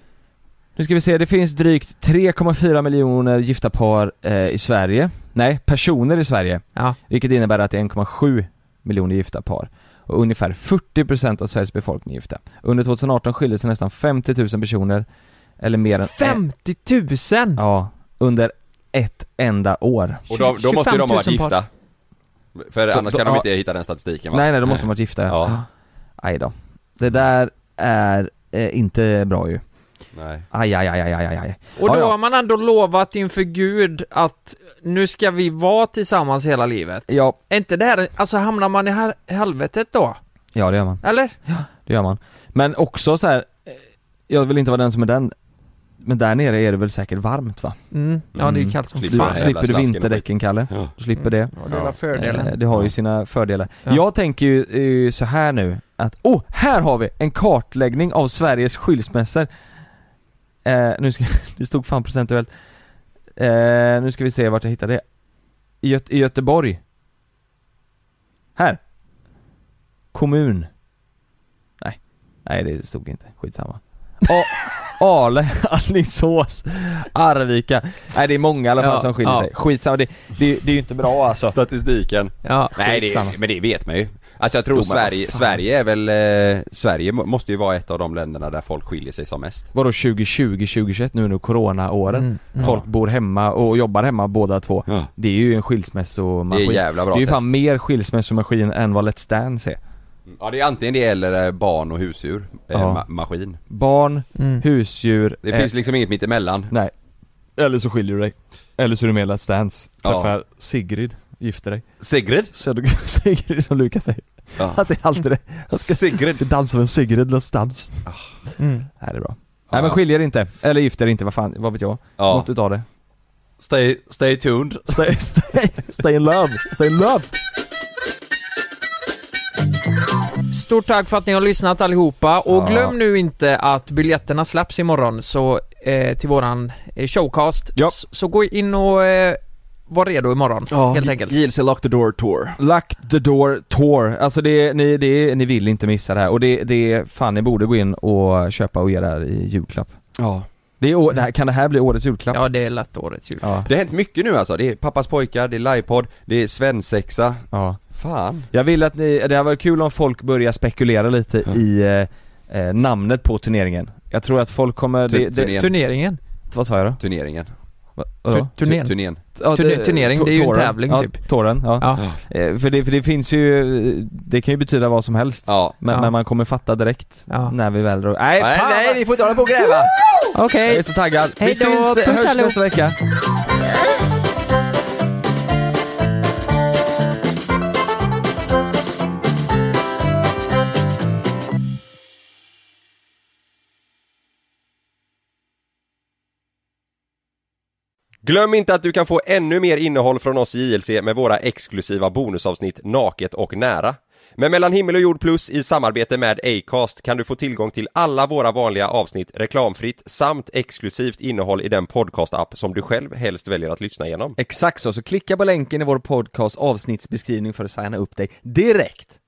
Nu ska vi se, det finns drygt tre komma fyra miljoner gifta par eh, i Sverige. Nej, personer i Sverige. Ja. Vilket innebär att det är en komma sju miljoner gifta par. Och ungefär fyrtio procent av Sveriges befolkning är gifta. Under tjugoarton skiljer sig nästan femtio tusen personer. Eller mer än... femtio tusen! Ja, under ett enda år. Och då, då måste ju de ha varit tjugofem tusen par. gifta. För Då- annars då- kan de ja. inte hitta den statistiken, va? Nej, nej, de måste ha varit gifta. Ja. Ja. Aj då. Det där är eh, inte bra ju. Nej. Aj, aj, aj, aj, aj, aj. Och då Ja, ja. har man ändå lovat inför Gud att nu ska vi vara tillsammans hela livet. Ja, Är inte det här, alltså hamnar man i hel- helvetet då? ja, det gör man. Eller? Det gör man. Men också så här, eh, jag vill inte vara den som är den, men där nere är det väl säkert varmt, va? Mm. Ja, det är ju Mm. kallt som Slipper Du, det fan. här. slipper du slasken och vinterdäcken, Kalle. Ja. Du slipper det. Och det var fördelen. Eh, det har ju sina fördelar. Ja. Jag tänker ju eh, så här nu att, oh, här har vi en kartläggning av Sveriges skilsmässor. Eh, nu ska, det stod fan procentuellt. Eh, nu ska vi se vart jag hittade det. I, Gö- I Göteborg. Här. Kommun. Nej. Nej, det stod inte. Skitsamma. A- Ale, Alingsås, Arvika. Nej, det är många i alla fall Ja, som skiljer ja. sig. Skitsamma, det, det, det är ju inte bra alltså. Statistiken. Ja. Nej, skitsamma. det, men det vet man ju. Alltså jag tror Jo, men Sverige, vad fan. Sverige är väl, eh, Sverige må- måste ju vara ett av de länderna där folk skiljer sig som mest. Vadå tjugo tjugo, tjugo tjugoett nu under coronaåren? Mm, mm. Folk bor hemma och jobbar hemma båda två. Ja. Det är ju en Det skilsmässomaskin. är jävla bra Det är ju test. fan mer skilsmässomaskin än vad Let's Dance är. Ja, det är antingen det eller eh, barn och husdjur, eh, Ja. ma- maskin. Barn, Mm. husdjur. Det eh, finns liksom inget mitt emellan. Nej. Eller så skiljer du dig. Eller så är du med i Let's Dance. Ja. Träffar Sigrid, gifter dig. Sigrid? Så du Sigrid som Lukas säger. Ja. Han säger alltid det. Han ska Sigrid. dansa med en Sigrid, Let's Dance. Mm. Nej, det är bra. Nej men skiljer inte. Eller gifter inte, vad fan, vad vet jag. Ja. Något utav det. Stay, stay tuned. Stay, stay, stay in love. Stay in love. Stort tack för att ni har lyssnat allihopa och Ja. glöm nu inte att biljetterna släpps imorgon så eh, till våran eh, showcast. Ja. Så, så gå in och eh, var redo imorgon helt enkelt. J L C Lock the Door Tour. Lock the Door Tour. Alltså det, ni, det, ni vill inte missa det här. Och det, det, fan ni borde gå in och köpa och ge det här i julklapp. Ja. Det är, å- det här, kan det här bli årets julklapp? Ja, det är lätt årets jul. Ja. Det har hänt mycket nu alltså. Det är Pappas pojkar, det är livepodd, det är svensexa. Ja. Fan. Jag vill att ni, det här var kul om folk börjar spekulera lite Ja. i eh, eh, namnet på turneringen. Jag tror att folk kommer... Tu- Det, det, turnén. Turneringen. vad sa jag då? Turneringen. Va, vadå? Tu- turnén. Tu- Turnén. Ja, turne- turnering, det är ju en touren. tävling, ja, typ. Touren, ja. Ja. Eh, för, det, för det finns ju, det kan ju betyda vad som helst. Ja. Men, Ja. men man kommer fatta direkt Ja. när vi väl drar. Nej, Nej, fan! nej, vi får inte hålla på och gräva. Okej. Jag är så taggad. Hej Vi då, syns, puss hörs allihop. nästa vecka. Glöm inte att du kan få ännu mer innehåll från oss i J L C med våra exklusiva bonusavsnitt Naket och nära. Men Mellan himmel och jord plus i samarbete med Acast kan du få tillgång till alla våra vanliga avsnitt reklamfritt samt exklusivt innehåll i den podcast-app som du själv helst väljer att lyssna igenom. Exakt så, så klicka på länken i vår podcast avsnittsbeskrivning för att signa upp dig direkt.